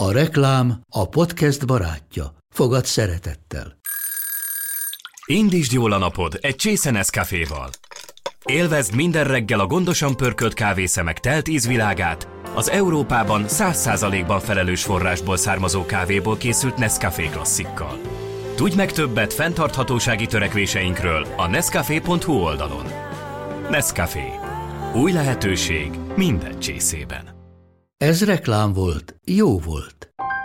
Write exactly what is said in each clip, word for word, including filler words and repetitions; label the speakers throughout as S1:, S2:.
S1: A reklám a podcast barátja. Fogad szeretettel.
S2: Indítsd jól a napod egy csésze Nescaféval. Élvezd minden reggel a gondosan pörkölt kávészemek telt ízvilágát, az Európában száz százalékban felelős forrásból származó kávéból készült Nescafé klasszikkal. Tudj meg többet fenntarthatósági törekvéseinkről a nescafé pont hu oldalon. Nescafé. Új lehetőség minden csészében.
S1: Ez reklám volt, jó volt.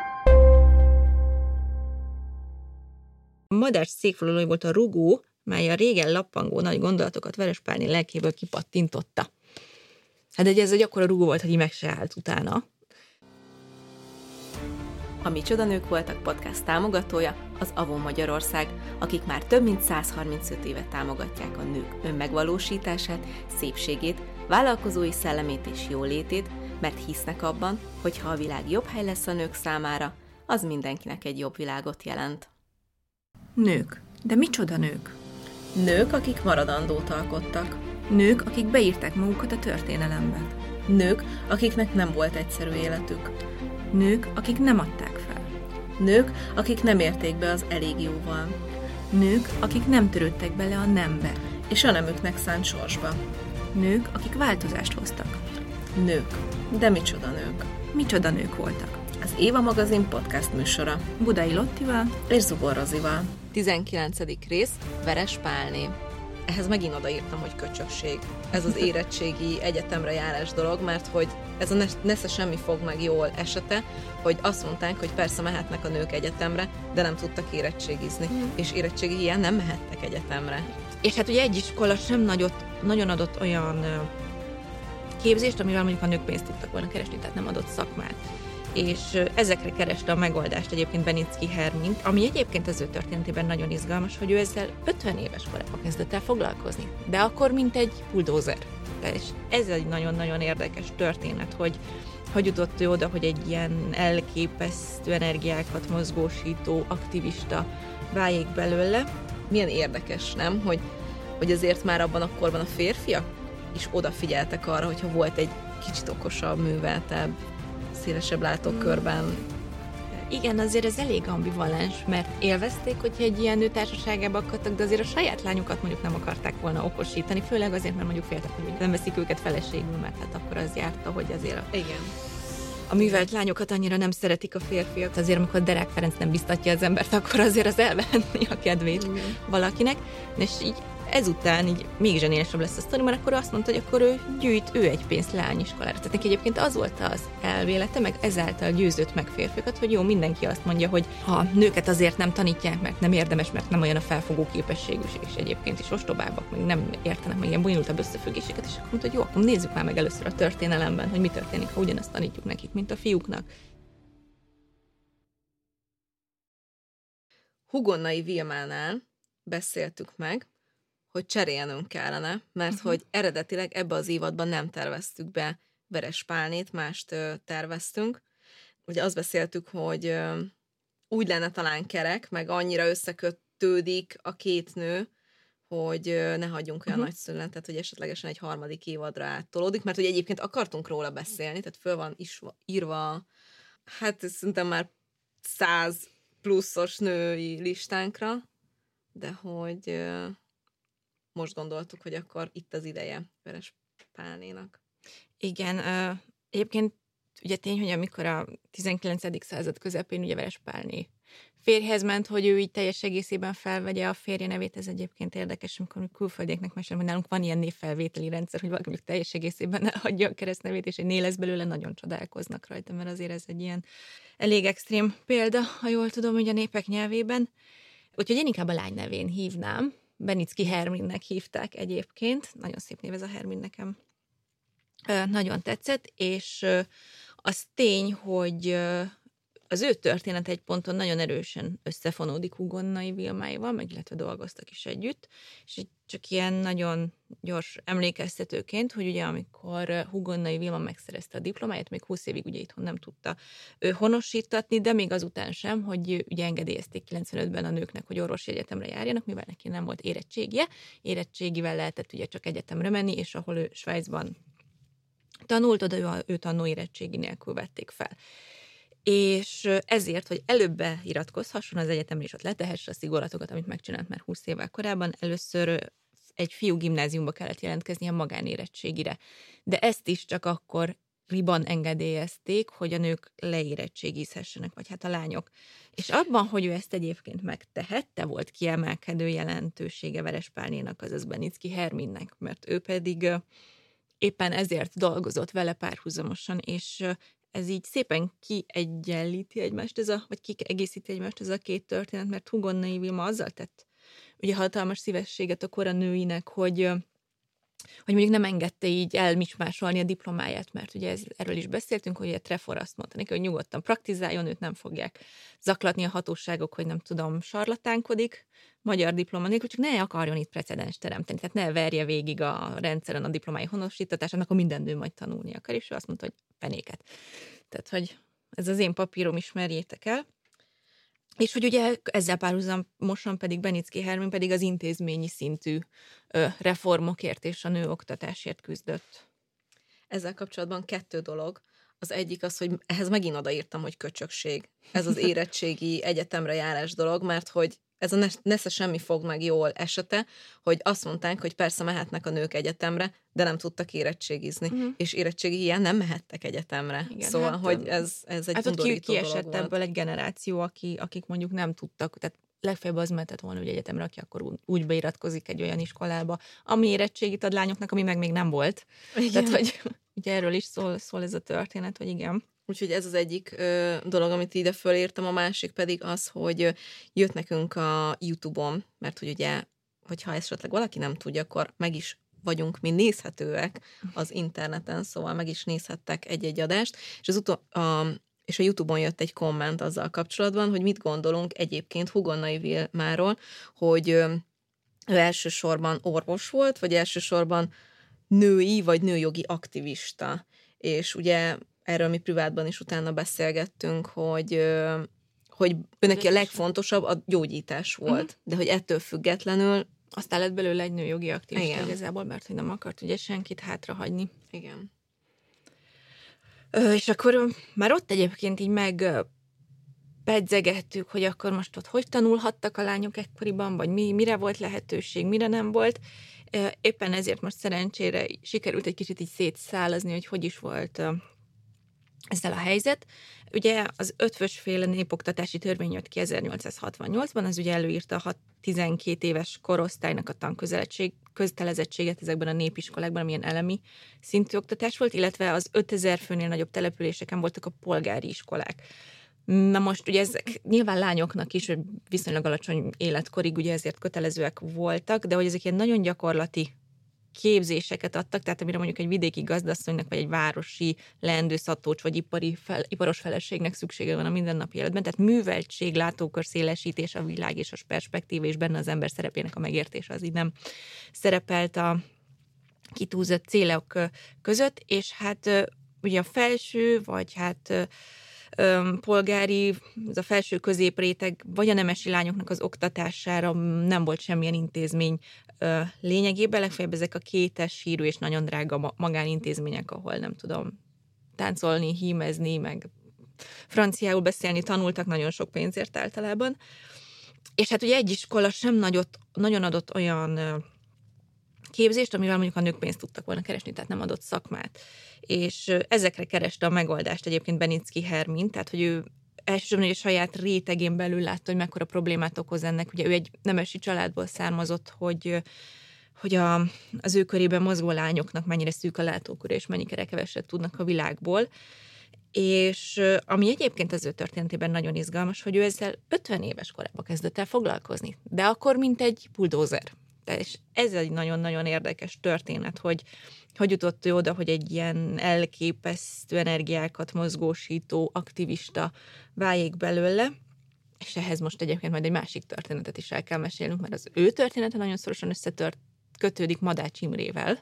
S3: A madár székfalulói volt a rugó, mely a régen lappangó nagy gondolatokat Verespálné lelkéből kipattintotta. Hát de ez egy akkora rugó volt, hogy így meg se állt utána.
S4: A Micsoda Nők Voltak podcast támogatója az Avon Magyarország, akik már több mint száz harmincöt éve támogatják a nők önmegvalósítását, szépségét, vállalkozói szellemét és jólétét, mert hisznek abban, hogy ha a világ jobb hely lesz a nők számára, az mindenkinek egy jobb világot jelent.
S5: Nők. De micsoda nők?
S4: Nők, akik maradandót alkottak.
S5: Nők, akik beírták magukat a történelembe.
S4: Nők, akiknek nem volt egyszerű életük.
S5: Nők, akik nem adták fel.
S4: Nők, akik nem érték be az elég jóval.
S5: Nők, akik nem törődtek bele a nembe.
S4: És a nemüknek szánt sorsba.
S5: Nők, akik változást hoztak.
S4: Nők. De micsoda nők?
S5: Micsoda nők voltak?
S4: Az Éva magazin podcast műsora.
S5: Budai Lottival
S4: és Zubor Rozival. tizenkilencedik rész, Verespálné. Ehhez megint odaírtam, hogy köcsökség. Ez az érettségi egyetemre járás dolog, mert hogy ez a nesze semmi fog meg jól esete, hogy azt mondták, hogy persze mehetnek a nők egyetemre, de nem tudtak érettségizni. Mm. És érettségi hiány nem mehettek egyetemre.
S3: És hát ugye egy iskola sem nagyot, nagyon adott olyan képzést, amivel mondjuk a nők pénzt tudtak volna keresni, tehát nem adott szakmát. És ezekre kereste a megoldást egyébként Beniczky Hermint, ami egyébként az ő történetében nagyon izgalmas, hogy ő ezzel ötven éves korában kezdett el foglalkozni. De akkor mint egy buldózer. És ez egy nagyon-nagyon érdekes történet, hogy hogy jutott ő oda, hogy egy ilyen elképesztő energiákat mozgósító aktivista váljék belőle.
S4: Milyen érdekes, nem? Hogy, hogy azért már abban a korban a férfiak is odafigyeltek arra, hogyha volt egy kicsit okosabb, műveltebb, szélesebb látókörben.
S3: Igen, azért ez elég ambivalens, mert élvezték, hogyha egy ilyen nő társaságába akadtak, de azért a saját lányukat mondjuk nem akarták volna okosítani, főleg azért, mert mondjuk féltek, hogy nem veszik őket feleségül, mert hát akkor az járta, hogy azért a,
S4: igen.
S3: a művelt lányokat annyira nem szeretik a férfiak. Azért, amikor Deák Ferenc nem biztatja az embert, akkor azért az elvehetni a kedvét igen. valakinek. És így ezután így még zsenélesebb lesz a sztori, mert akkor azt mondta, hogy akkor ő gyűjt ő egy pénzt leányiskolára. Tehát neki egyébként az volt az elvélete, meg ezáltal győzött meg férfiakat, hogy jó, mindenki azt mondja, hogy ha nőket azért nem tanítják, mert nem érdemes, mert nem olyan a felfogó képességű, és egyébként is ostobábbak, meg nem értenek meg ilyen bonyolultabb összefüggéseket, és akkor mondta, hogy jó, akkor nézzük már meg először a történelemben, hogy mi történik, ha ugyanazt tanítjuk nekik, mint a fiúknak.
S4: Hugonnai Vilmánál beszéltük meg, hogy cserélnünk kellene, mert uh-huh. hogy eredetileg ebbe az évadban nem terveztük be Verespálnét, mást ö, terveztünk. Ugye azt beszéltük, hogy ö, úgy lenne talán kerek, meg annyira összekötődik a két nő, hogy ö, ne hagyjunk olyan uh-huh. nagy szünetet, hogy esetlegesen egy harmadik évadra áttolódik, mert hogy egyébként akartunk róla beszélni, tehát föl van is írva, hát szerintem már száz pluszos női listánkra, de hogy... Ö, most gondoltuk, hogy akkor itt az ideje Verespálnénak.
S3: Igen, uh, egyébként ugye tény, hogy amikor a tizenkilencedik század közepén ugye Verespálné férjhez ment, hogy ő így teljes egészében felvegye a férje nevét, ez egyébként érdekes, amikor külföldieknek mesélem, hogy nálunk van ilyen névfelvételi rendszer, hogy valaki teljes egészében adja a keresztnevét, és egy né lesz belőle, nagyon csodálkoznak rajta, mert azért ez egy ilyen elég extrém példa, ha jól tudom, hogy a népek nyelvében. Úgyhogy én inkább a lány nevén hívnám, Beniczky Herminnek hívták egyébként, nagyon szép név ez a Hermin nekem. Nagyon tetszett, és az tény, hogy az ő történet egy ponton nagyon erősen összefonódik Hugonnai Vilmáival, meg illetve dolgoztak is együtt, és csak ilyen nagyon gyors emlékeztetőként, hogy ugye amikor Hugonnai Vilma megszerezte a diplomáját, még húsz évig ugye itthon nem tudta ő honosítatni, de még azután sem, hogy ugye engedélyezték kilencvenötben a nőknek, hogy orvosi egyetemre járjanak, mivel neki nem volt érettségije. Érettségivel lehetett ugye csak egyetemre menni, és ahol ő Svájcban tanult, oda ő, ő tanuló érettségi nélkül vették fel. és ezért, hogy előbb beiratkozhasson az egyetemre, és ott letehesse a szigorlatokat, amit megcsinált már húsz évvel korábban, először egy fiú gimnáziumba kellett jelentkezni a magánérettségire. De ezt is csak akkor riban engedélyezték, hogy a nők leérettségizhessenek, vagy hát a lányok. És abban, hogy ő ezt egyébként megtehette, volt kiemelkedő jelentősége Verespálnénak, azaz Benicki Herminnek, mert ő pedig éppen ezért dolgozott vele párhuzamosan, és ez így szépen kiegyenlíti egymást, ez a, vagy kiegészíti egymást ez a két történet, mert Hugonnai Vilma azzal tett ugye hatalmas szívességet a kora nőinek, hogy hogy mondjuk nem engedte így elmismásolni a diplomáját, mert ugye ez, erről is beszéltünk, hogy a Trefor azt mondta neki, hogy nyugodtan praktizáljon, őt nem fogják zaklatni a hatóságok, hogy nem tudom, sarlatánkodik, magyar diploma nélkül, csak ne akarjon itt precedens teremteni, tehát ne verje végig a rendszeren a diplomái honosítatását, akkor minden nő majd tanulni akar, és ő azt mondta, hogy penéket. Tehát, hogy ez az én papírom, ismerjétek el. És hogy ugye ezzel párhuzamosan pedig Benicki Hermin pedig az intézményi szintű ö, reformokért és a nőoktatásért küzdött.
S4: Ezzel kapcsolatban kettő dolog. Az egyik az, hogy ehhez megint odaírtam, hogy köcsökség. Ez az érettségi egyetemre járás dolog, mert hogy ez a nesze semmi fog meg jól esete, hogy azt mondták, hogy persze mehetnek a nők egyetemre, de nem tudtak érettségizni. Uh-huh. És érettségi hiány nem mehettek egyetemre. Igen, szóval, hát, hogy ez, ez egy
S3: hát
S4: undorító
S3: ki,
S4: dolog
S3: kiesett
S4: volt.
S3: ebből egy generáció, aki, akik mondjuk nem tudtak, tehát legfeljebb az mehetett volna, hogy egyetemre, aki akkor úgy beiratkozik egy olyan iskolába, ami érettségit ad lányoknak, ami meg még nem volt. Igen. Tehát, hogy ugye erről is szól, szól ez a történet, hogy igen.
S4: Úgyhogy ez az egyik ö, dolog, amit ide fölírtam, a másik pedig az, hogy ö, jött nekünk a YouTube-on, mert hogy ugye, hogyha esetleg valaki nem tudja, akkor meg is vagyunk mi nézhetőek az interneten, szóval meg is nézhettek egy-egy adást, és, az utol, a, és a YouTube-on jött egy komment azzal kapcsolatban, hogy mit gondolunk egyébként Hugonnai Vilmáról, hogy ö, ő elsősorban orvos volt, vagy elsősorban női, vagy nőjogi aktivista, és ugye erről mi privátban is utána beszélgettünk, hogy, hogy neki a legfontosabb a gyógyítás volt, uh-huh. de hogy ettől függetlenül
S3: aztán lett belőle egy nőjogi aktivista igazából, mert hogy nem akart ugye senkit hátrahagyni.
S4: Igen.
S3: Ö, és akkor már ott egyébként így meg pedzegettük, hogy akkor most ott hogy tanulhattak a lányok ekkoriban, vagy mi, mire volt lehetőség, mire nem volt. Éppen ezért most szerencsére sikerült egy kicsit így szétszálazni, hogy hogy is volt ezzel a helyzet. Ugye az ötvösféle népoktatási törvény jött ki ezernyolcszázhatvannyolcban, az ugye előírta a tizenkét éves korosztálynak a tanköztelezettséget ezekben a népiskolákban, amilyen elemi szintű oktatás volt, illetve az ötezer főnél nagyobb településeken voltak a polgári iskolák. Na most ugye ezek nyilván lányoknak is viszonylag alacsony életkorig ugye ezért kötelezőek voltak, de hogy ezek ilyen nagyon gyakorlati képzéseket adtak, tehát amire mondjuk egy vidéki gazdasszonynak, vagy egy városi leendő szatócs, vagy ipari fel, iparos feleségnek szüksége van a mindennapi életben, tehát műveltség, látókör szélesítés, a világ és a perspektíva, és benne az ember szerepének a megértése, az így nem szerepelt a kitúzott célok között, és hát ugye a felső, vagy hát polgári, ez a felső középréteg, vagy a nemesi lányoknak az oktatására nem volt semmilyen intézmény lényegében, legfeljebb ezek a kétes hírű és nagyon drága magánintézmények, ahol nem tudom táncolni, hímezni, meg franciául beszélni tanultak nagyon sok pénzért általában. És hát ugye egy iskola sem nagyot, nagyon adott olyan képzést, amivel mondjuk a nők pénzt tudtak volna keresni, tehát nem adott szakmát. És ezekre kereste a megoldást egyébként Benicki Hermin, tehát hogy ő elsősorban a saját rétegén belül látta, hogy mekkora problémát okoz ennek. Ugye ő egy nemesi családból származott, hogy, hogy a, az ő körében mozgó lányoknak mennyire szűk a látókör, és mennyire keveset tudnak a világból. És ami egyébként az ő történetében nagyon izgalmas, hogy ő ezzel ötven éves korában kezdett el foglalkozni, de akkor mint egy buldózer. És ez egy nagyon-nagyon érdekes történet, hogy hogy jutott ő oda, hogy egy ilyen elképesztő energiákat mozgósító aktivista váljék belőle, és ehhez most egyébként majd egy másik történetet is el kell mesélnünk, mert az ő története nagyon szorosan összetört, kötődik Madács Imrével,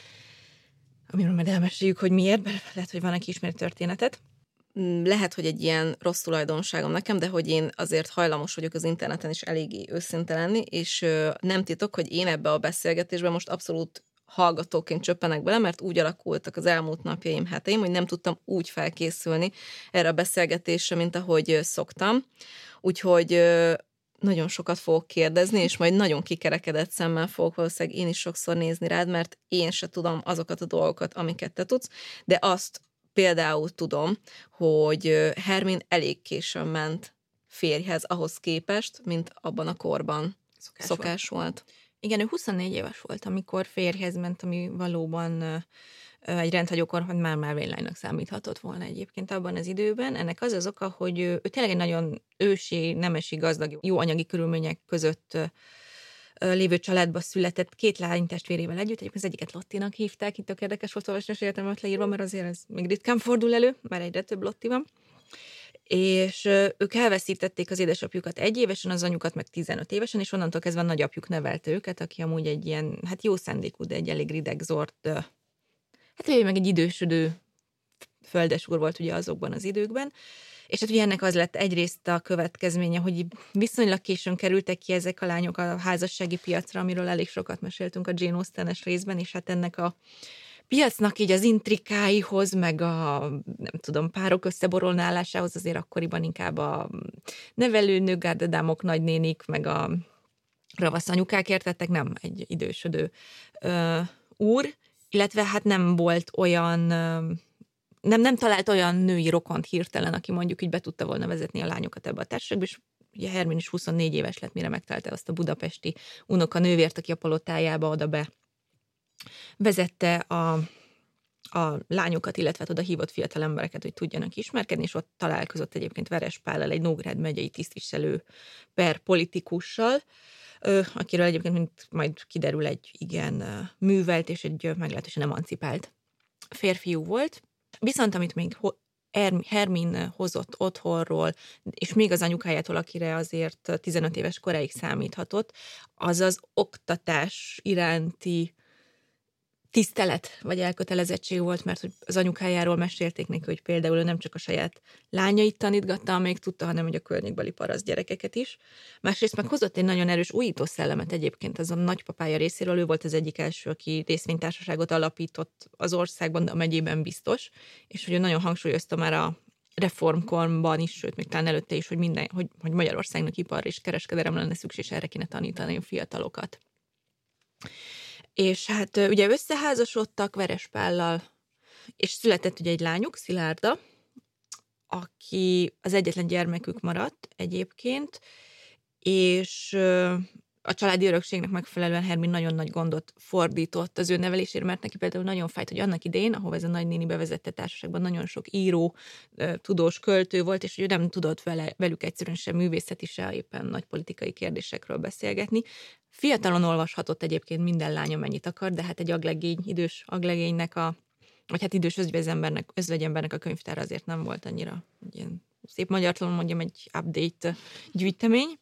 S3: amiről majd elmeséljük, hogy miért, lehet, hogy van, aki ismeri történetet.
S4: Lehet, hogy egy ilyen rossz tulajdonságom nekem, de hogy én azért hajlamos vagyok az interneten is eléggé őszinte lenni, és nem titok, hogy én ebbe a beszélgetésbe most abszolút hallgatóként csöppenek bele, mert úgy alakultak az elmúlt napjaim, heteim, hogy nem tudtam úgy felkészülni erre a beszélgetésre, mint ahogy szoktam. Úgyhogy nagyon sokat fogok kérdezni, és majd nagyon kikerekedett szemmel fogok valószínűleg én is sokszor nézni rád, mert én se tudom azokat a dolgokat, amiket te tudsz, de azt például tudom, hogy Hermin elég későn ment férjhez ahhoz képest, mint abban a korban szokás, szokás volt. volt.
S3: Igen, ő huszonnégy éves volt, amikor férjhez ment, ami valóban egy rendhagyókor, hogy már Marvin lánynak számíthatott volna egyébként abban az időben. Ennek az az oka, hogy ő, ő tényleg egy nagyon ősi, nemesi, gazdag, jó anyagi körülmények között lévő családba született, két lány testvérével együtt, egyébként az egyiket Lottinak hívták, itt tök érdekes volt olvasni, és életemet leírva, mert azért ez még ritkán fordul elő, már egyre több Lotti van. És ők elveszítették az édesapjukat egy évesen, az anyukat meg tizenöt évesen, és onnantól kezdve a nagyapjuk nevelte őket, aki amúgy egy ilyen, hát jó szándékú, de egy elég rideg zord, hát ő meg egy idősödő földesúr volt ugye azokban az időkben, és hát ugye ennek az lett egyrészt a következménye, hogy viszonylag későn kerültek ki ezek a lányok a házassági piacra, amiről elég sokat meséltünk a Jane Austen-es részben, és hát ennek a piacnak így az intrikáihoz, meg a, nem tudom, párok összeborolnálásához azért akkoriban inkább a nevelőnők, gárdadámok, nagynénik, meg a ravasz anyukák értettek, nem egy idősödő ö, úr, illetve hát nem volt olyan, ö, nem, nem talált olyan női rokont hirtelen, aki mondjuk így be tudta volna vezetni a lányokat ebbe a társaságba, és ugye Hermin is huszonnégy éves lett, mire megtalálta azt a budapesti unoka nővért, aki a palotájába oda be vezette a, a lányokat, illetve oda hívott fiatal embereket, hogy tudjanak ismerkedni, és ott találkozott egyébként Verespállal, egy Nógrád megyei tisztviselő per politikussal, akiről egyébként mint majd kiderül egy igen művelt és egy meglehetősen emancipált férfiú volt. Viszont amit még Hermin hozott otthonról, és még az anyukájától, akire azért tizenöt éves koráig számíthatott, az az oktatás iránti tisztelet vagy elkötelezettség volt, mert hogy az anyukájáról mesélték neki, hogy például ő nem csak a saját lányait tanítgatta, amelyik tudta, hanem hogy a környékbeli paraszt gyerekeket is. Másrészt meg hozott egy nagyon erős újító szellemet egyébként az a nagypapája részéről, ő volt az egyik első, aki részvénytársaságot alapított az országban, de a megyében biztos, és hogy ő nagyon hangsúlyozta már a reformkorban is, sőt, még talán előtte is, hogy, minden, hogy, hogy Magyarországnak ipar és kereskedelem lenne szükség, és erre kéne tanítani a fiatalokat. És hát ugye összeházasodtak Verespállal, és született ugye egy lányuk, Szilárda, aki az egyetlen gyermekük maradt egyébként, és a családi örökségnek megfelelően Hermin nagyon nagy gondot fordított az ő nevelésére, mert neki például nagyon fájt, hogy annak idején, ahova ez a nagynéni bevezette társaságban, nagyon sok író, tudós, költő volt, és hogy ő nem tudott vele, velük egyszerűen sem művészeti, se éppen nagy politikai kérdésekről beszélgetni. Fiatalon olvashatott egyébként minden lány, amennyit akar, de hát egy aglegény, idős aglegénynek a, vagy hát idős özvegyembernek, özvegyembernek a könyvtára azért nem volt annyira ilyen szép magyartalanul mondjam egy update gyűjtemény.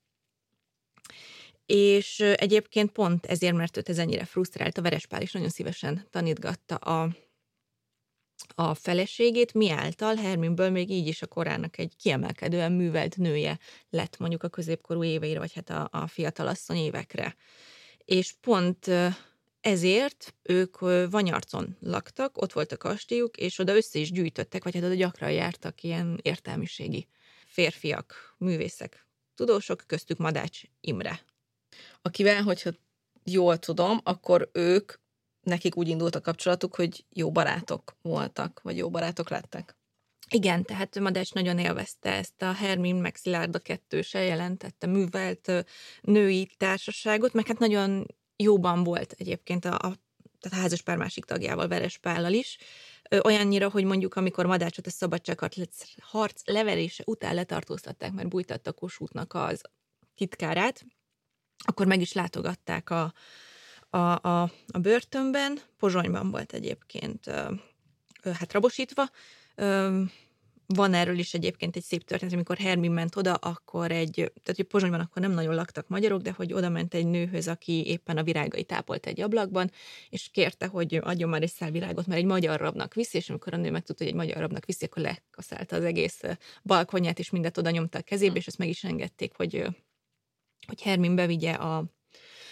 S3: És egyébként pont ezért, mert őt ez ennyire frusztrált, a Verespál is nagyon szívesen tanítgatta a, a feleségét, miáltal Herminből még így is a korának egy kiemelkedően művelt nője lett mondjuk a középkorú éveire, vagy hát a, a fiatalasszony évekre. És pont ezért ők Vanyarcon laktak, ott volt a kastélyuk, és oda össze is gyűjtöttek, vagy hát oda gyakran jártak ilyen értelmiségi férfiak, művészek, tudósok, köztük Madács Imre.
S4: Akivel, hogyha jól tudom, akkor ők, nekik úgy indult a kapcsolatuk, hogy jó barátok voltak, vagy jó barátok lettek.
S3: Igen, tehát Madács nagyon élvezte ezt a Hermin meg Szilárda kettőse jelentette művelt női társaságot, meg hát nagyon jóban volt egyébként a, a, tehát a házaspár másik tagjával, Verespállal is. Olyannyira, hogy mondjuk amikor Madácsot a szabadságharc leverése után letartóztatták, mert bújtatta Kossuthnak az titkárát, akkor meg is látogatták a, a, a, a börtönben, Pozsonyban volt egyébként hát rabosítva. Van erről is egyébként egy szép történet, amikor Hermin ment oda, akkor egy, tehát hogy Pozsonyban akkor nem nagyon laktak magyarok, de hogy oda ment egy nőhöz, aki éppen a virágait ápolt egy ablakban, és kérte, hogy adjon már egy szál virágot, mert egy magyar rabnak viszi, és amikor a nő megtudta, hogy egy magyar rabnak viszi, akkor lekaszálta az egész balkonját, és mindent oda nyomta a kezébe, és ezt meg is engedték, hogy hogy Hermin bevigye a,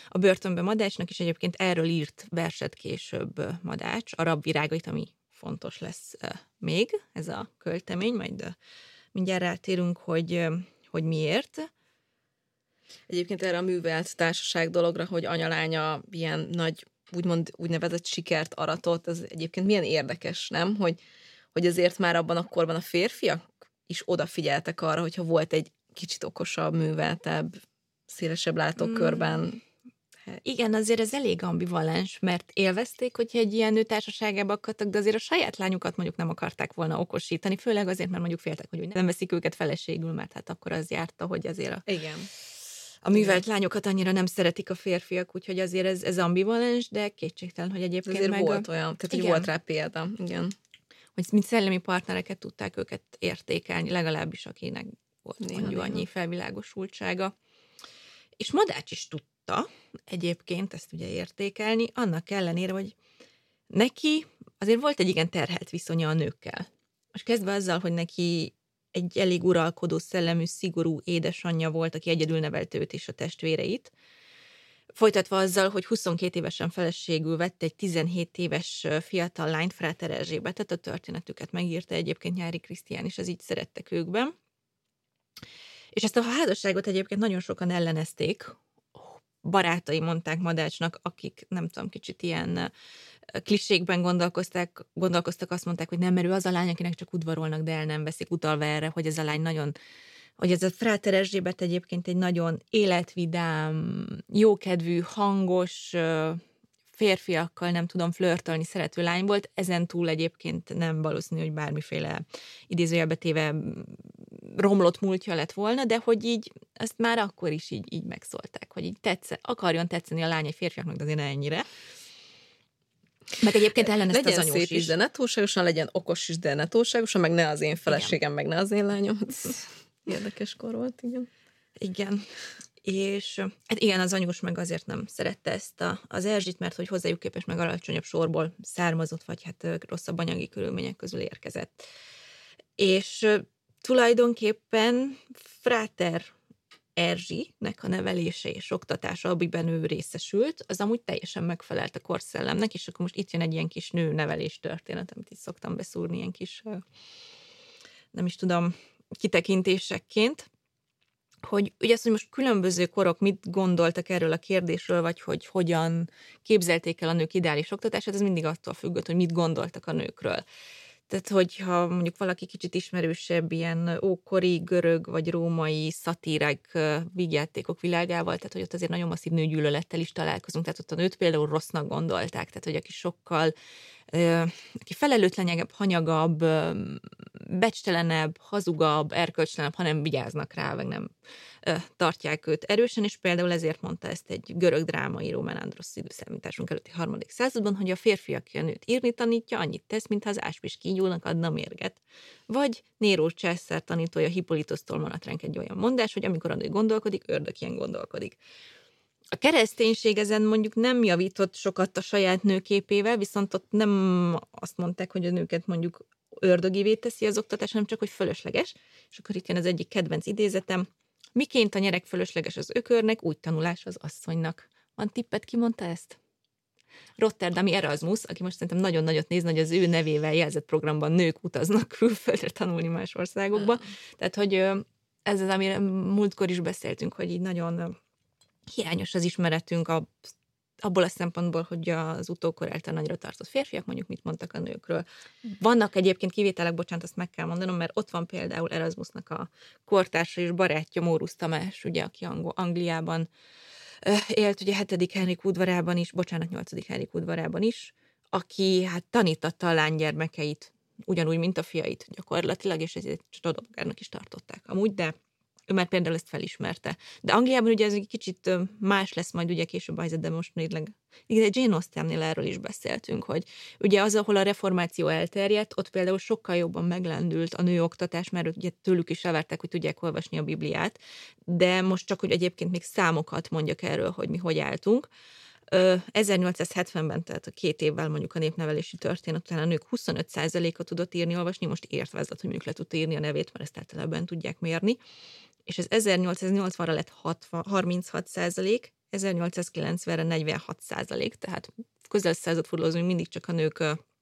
S3: a börtönbe Madácsnak, és egyébként erről írt verset később Madács, a rabvirágait, ami fontos lesz még, ez a költemény, majd mindjárt rátérünk, hogy, hogy miért.
S4: Egyébként erre a művelt társaság dologra, hogy anyalánya ilyen nagy, úgymond úgynevezett sikert aratott, az egyébként milyen érdekes, nem? Hogy, hogy azért már abban a korban a férfiak is odafigyeltek arra, hogyha volt egy kicsit okosabb, műveltebb, szélesebb látókörben. Mm.
S3: Igen, azért ez elég ambivalens, mert élvezték, hogyha egy ilyen nő társaságába akadtak, de azért a saját lányukat mondjuk nem akarták volna okosítani, főleg azért, mert mondjuk féltek, hogy nem veszik őket feleségül, mert hát akkor az járta, hogy azért a,
S4: igen.
S3: a művelt igen. lányokat annyira nem szeretik a férfiak, úgyhogy azért ez, ez ambivalens, de kétségtelen, hogy egyébként
S4: azért
S3: meg...
S4: volt olyan, tehát hogy volt rá példa, igen.
S3: Hogy mint szellemi partnereket tudták őket értékelni, legalábbis akinek volt néha, mondjuk néha. annyi felvilágosultsága. És Madács is tudta egyébként ezt ugye értékelni, annak ellenére, hogy neki azért volt egy igen terhelt viszonya a nőkkel. Most kezdve azzal, hogy neki egy elég uralkodó szellemű, szigorú édesanyja volt, aki egyedül nevelte őt és a testvéreit. Folytatva azzal, hogy huszonkét évesen feleségül vett egy tizenhét éves fiatal lányt, Fráter Erzsébetet, a történetüket megírta egyébként Nyári Krisztián is, az így szerettek őkben. És ezt a házasságot egyébként nagyon sokan ellenezték, barátai mondták Madácsnak, akik nem tudom, kicsit ilyen klisékben gondolkoztak, gondolkoztak, azt mondták, hogy nem, mert ő az a lány, akinek csak udvarolnak, de el nem veszik, utalva erre, hogy ez a lány nagyon, hogy ez a Fráter Erzsébet egyébként egy nagyon életvidám, jókedvű, hangos, férfiakkal nem tudom flörtölni szerető lány volt, ezen túl egyébként nem valószínű, hogy bármiféle idézőjelbe téve romlott múltja lett volna, de hogy így ezt már akkor is így, így megszólták, hogy így tetsze, akarjon tetszeni a lány egy férfiaknak, de azért ne ennyire. Meg egyébként ellenezte az anyós
S4: szép is, de ne túlságosan, legyen okos is, de ne túlságosan, meg ne az én feleségem, igen. meg ne az én lányom. Érdekes kor volt, igen.
S3: Igen. És hát igen, az anyós meg azért nem szerette ezt a, az Erzsit, mert hogy hozzájuk képest meg alacsonyabb sorból származott, vagy hát rosszabb anyagi körülmények közül érkezett. És tulajdonképpen Fráter Erzsinek a nevelése és oktatása, amiben ő részesült, az amúgy teljesen megfelelt a korszellemnek, és akkor most itt jön egy ilyen kis nőnevelés történet, amit itt szoktam beszúrni, ilyen kis, nem is tudom, kitekintésekként, hogy ugye azt, hogy most különböző korok mit gondoltak erről a kérdésről, vagy hogy hogyan képzelték el a nők ideális oktatását, ez mindig attól függött, hogy mit gondoltak a nőkről. Tehát, hogyha mondjuk valaki kicsit ismerősebb ilyen ókori, görög vagy római szatírák, vígjátékok világával, tehát hogy ott azért nagyon masszív nőgyűlölettel is találkozunk, tehát ott a nőt például rossznak gondolták, tehát hogy aki sokkal, aki felelőtlenebb, hanyagabb, becstelenebb, hazugabb, erkölcstelenebb, ha nem vigyáznak rá, meg nem tartják őt erősen, és például ezért mondta ezt egy görög drámaíró Menandrosz időszámításunk előtti harmadik században, hogy a férfi, aki a nőt írni tanítja, annyit tesz, mintha az áspis kígyónak adna mérget. Vagy Néró császár tanítója Hippolytosztól maradt ránk egy olyan mondás, hogy amikor a nő gondolkodik, ördög ilyen gondolkodik. A kereszténység ezen mondjuk nem javított sokat a saját nőképével, viszont ott nem azt mondták, hogy a nőket mondjuk ördögivé teszi az oktatás, hanem csak, hogy fölösleges. És akkor itt jön az egyik kedvenc idézetem. Miként a nyereg fölösleges az ökörnek, úgy tanulás az asszonynak. Van tippet, ki mondta ezt? Rotterdami Erasmus, aki most szerintem nagyon nagyot néz, hogy az ő nevével jelzett programban nők utaznak külföldre tanulni más országokba. Tehát, hogy ez az, amire múltkor is beszéltünk, hogy így nagyon hiányos az ismeretünk a, abból a szempontból, hogy az utókor által nagyra tartott férfiak mondjuk mit mondtak a nőkről. Vannak egyébként kivételek, bocsánat, azt meg kell mondanom, mert ott van például Erasmusnak a kortársa és barátja, Mórusz Tamás, ugye, aki Angliában élt, ugye hetedik Henrik udvarában is, bocsánat, nyolcadik Henrik udvarában is, aki hát tanítatta a lánygyermekeit, ugyanúgy, mint a fiait gyakorlatilag, és ezért csodabogárnak is tartották amúgy, de ő már például ezt felismerte. De Angliában ugye ez egy kicsit más lesz majd ugye később a helyzet, de most nézleg. Igen, Jane Austennél erről is beszéltünk, hogy ugye az, ahol a reformáció elterjedt, ott például sokkal jobban meglendült a nőoktatás, mert ugye tőlük is elvárták, hogy tudják olvasni a Bibliát, de most csak, hogy egyébként még számokat mondjak erről, hogy mi hogy álltunk. ezernyolcszázhetvenben, tehát a két évvel mondjuk a népnevelési történet után a nők huszonöt százaléka tudott írni, olvasni, most értve ez, hogy mondjuk le tudta írni a nevét, mert ezt általában tudják mérni. És ez ezernyolcszáznyolcvanra lett harminchat százalék, ezernyolcszázkilencvenre negyvenhat százalék, tehát közel századfordulózunk, mindig csak a nők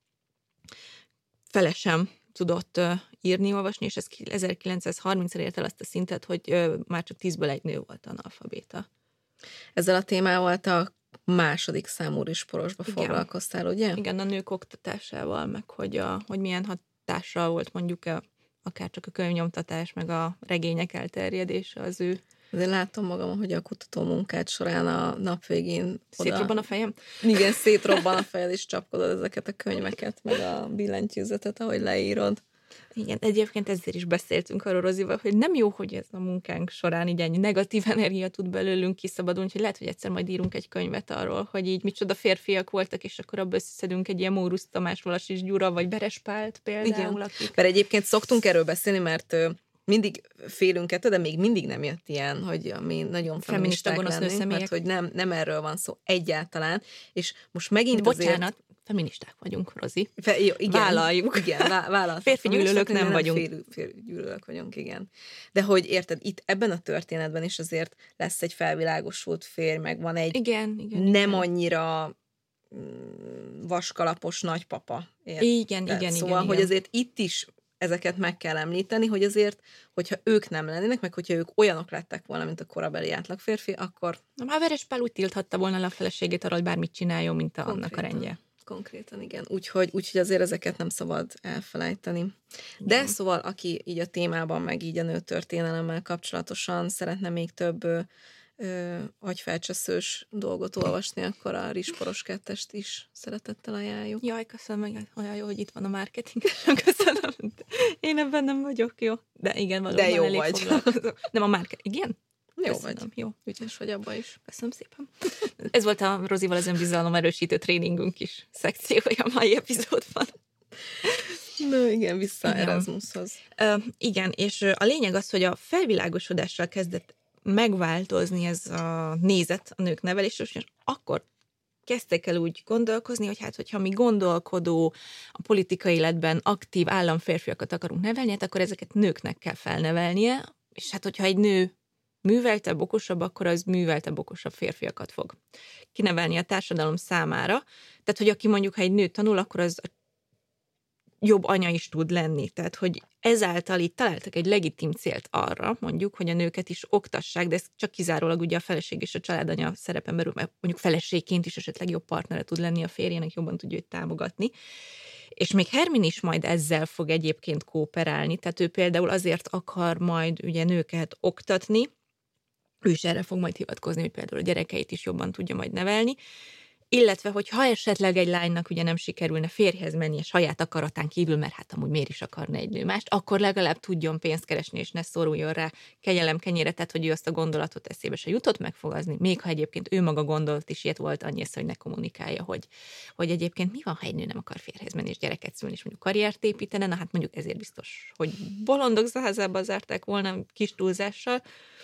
S3: fele sem tudott írni, olvasni, és ez ezerkilencszázharmincra ért el azt a szintet, hogy már csak tízből egy nő volt analfabéta.
S4: Ezzel a témával a második számú risporosba
S3: Igen.
S4: foglalkoztál, ugye?
S3: Igen, a nők oktatásával, meg hogy, a, hogy milyen hatással volt mondjuk a, akár csak a könyvnyomtatás, meg a regények elterjedése az ő.
S4: Azért látom magam, hogy a kutató munkád során a nap végén
S3: Szétrobban a fejem?
S4: Igen, szétrobban a fejed, és csapkodod ezeket a könyveket, meg a billentyűzetet, ahogy leírod.
S3: Igen, egyébként ezért is beszéltünk arról Rozival, hogy nem jó, hogy ez a munkánk során így ennyi negatív energia tud belőlünk kiszabadulni, hogy lehet, hogy egyszer majd írunk egy könyvet arról, hogy így micsoda férfiak voltak, és akkor abban összeszedünk egy ilyen Mórusz Tamás, Valasis Gyura, vagy Beres Pált például. Akik...
S4: Mert egyébként szoktunk erről beszélni, mert mindig félünk ettől, de még mindig nem jött ilyen, hogy mi nagyon feministák lennénk, mert hogy nem, nem erről van szó egyáltalán, és most megint
S3: Bocsánat,
S4: azért...
S3: feministák vagyunk, Rozi.
S4: Fe, jó, igen,
S3: vállaljuk.
S4: Igen, vá- vállaljuk.
S3: Férfi gyűlölők nem vagyunk.
S4: Fél, férfi gyűlölők vagyunk, igen. De hogy érted, itt ebben a történetben is azért lesz egy felvilágosult férj, meg van egy
S3: igen, igen,
S4: nem
S3: igen.
S4: annyira vaskalapos nagypapa.
S3: Érted? Igen, igen,
S4: Szóval,
S3: igen,
S4: hogy
S3: igen.
S4: azért itt is ezeket meg kell említeni, hogy azért, hogyha ők nem lennének, meg hogyha ők olyanok lettek volna, mint a korabeli átlag férfi, akkor...
S3: Na, már Veres Pál úgy tilthatta volna le a feleségét arra, hogy bármit csináljon, mint a, annak a rendje.
S4: Konkrétan, igen. Úgyhogy, úgyhogy azért ezeket nem szabad elfelejteni. De igen. Szóval, aki így a témában, meg így a nőtörténelemmel kapcsolatosan szeretne még több ö, ö, agyfelcseszős dolgot olvasni, akkor a Risporos kettest is szeretettel ajánljuk.
S3: Jaj, köszönöm, meg olyan jó, hogy itt van a marketing. Köszönöm. Én ebben nem vagyok jó. De igen, valóban
S4: De jó
S3: elég
S4: vagy.
S3: foglalkozom. Nem a marketing. Igen?
S4: Jó
S3: Köszönöm.
S4: vagy.
S3: Jó.
S4: Ügyes vagy abban is.
S3: Köszönöm szépen. Ez volt a Rozival az önbizalom erősítő tréningünk is szekciója a mai epizódban.
S4: No, igen, vissza
S3: Igen.
S4: Erasmushoz.
S3: Uh, igen, és a lényeg az, hogy a felvilágosodással kezdett megváltozni ez a nézet a nők nevelésről, és akkor kezdtek el úgy gondolkozni, hogy hát, hogyha mi gondolkodó, a politikai életben aktív államférfiakat akarunk nevelni, hát akkor ezeket nőknek kell felnevelnie, és hát, hogyha egy nő műveltebb, okosabb, akkor az műveltebb, okosabb férfiakat fog kinevelni a társadalom számára. Tehát, hogy aki mondjuk, ha egy nő tanul, akkor az jobb anya is tud lenni. Tehát, hogy ezáltal itt találtak egy legitim célt arra, mondjuk, hogy a nőket is oktassák, de ez csak kizárólag ugye a feleség és a családanya szerepen belül, mert mondjuk feleségként is esetleg jobb partnere tud lenni a férjének, jobban tudja őt támogatni. És még Hermine is majd ezzel fog egyébként kooperálni, tehát ő például azért akar majd ugye nőket oktatni, ő is erre fog majd hivatkozni, hogy például a gyerekeit is jobban tudja majd nevelni, illetve, hogy ha esetleg egy lánynak ugye nem sikerülne férjhez menni a saját akaratán kívül, mert hát amúgy miért is akarna egy nő mást, akkor legalább tudjon pénzt keresni, és ne szoruljon rá kegyelem kenyére, tehát hogy ő azt a gondolatot eszébe se jutott megfogalmazni, még ha egyébként ő maga gondolt is, ilyet volt annyi esze, hogy ne kommunikálja, hogy, hogy egyébként mi van, ha egy nő nem akar férjhez menni, és gyereket szülni, és mondjuk karriert építene, na hát mondjuk ezért biztos, hogy bolondok házába zárták volna kis túlzással.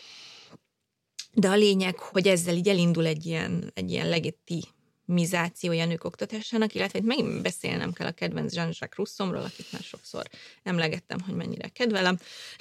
S3: De a lényeg, hogy ezzel így elindul egy ilyen, egy ilyen legitimizációja a nők oktatásának, illetve itt megint beszélnem kell a kedvenc Jean-Jacques Rousseauról, akit már sokszor emlegettem, hogy mennyire kedvelem.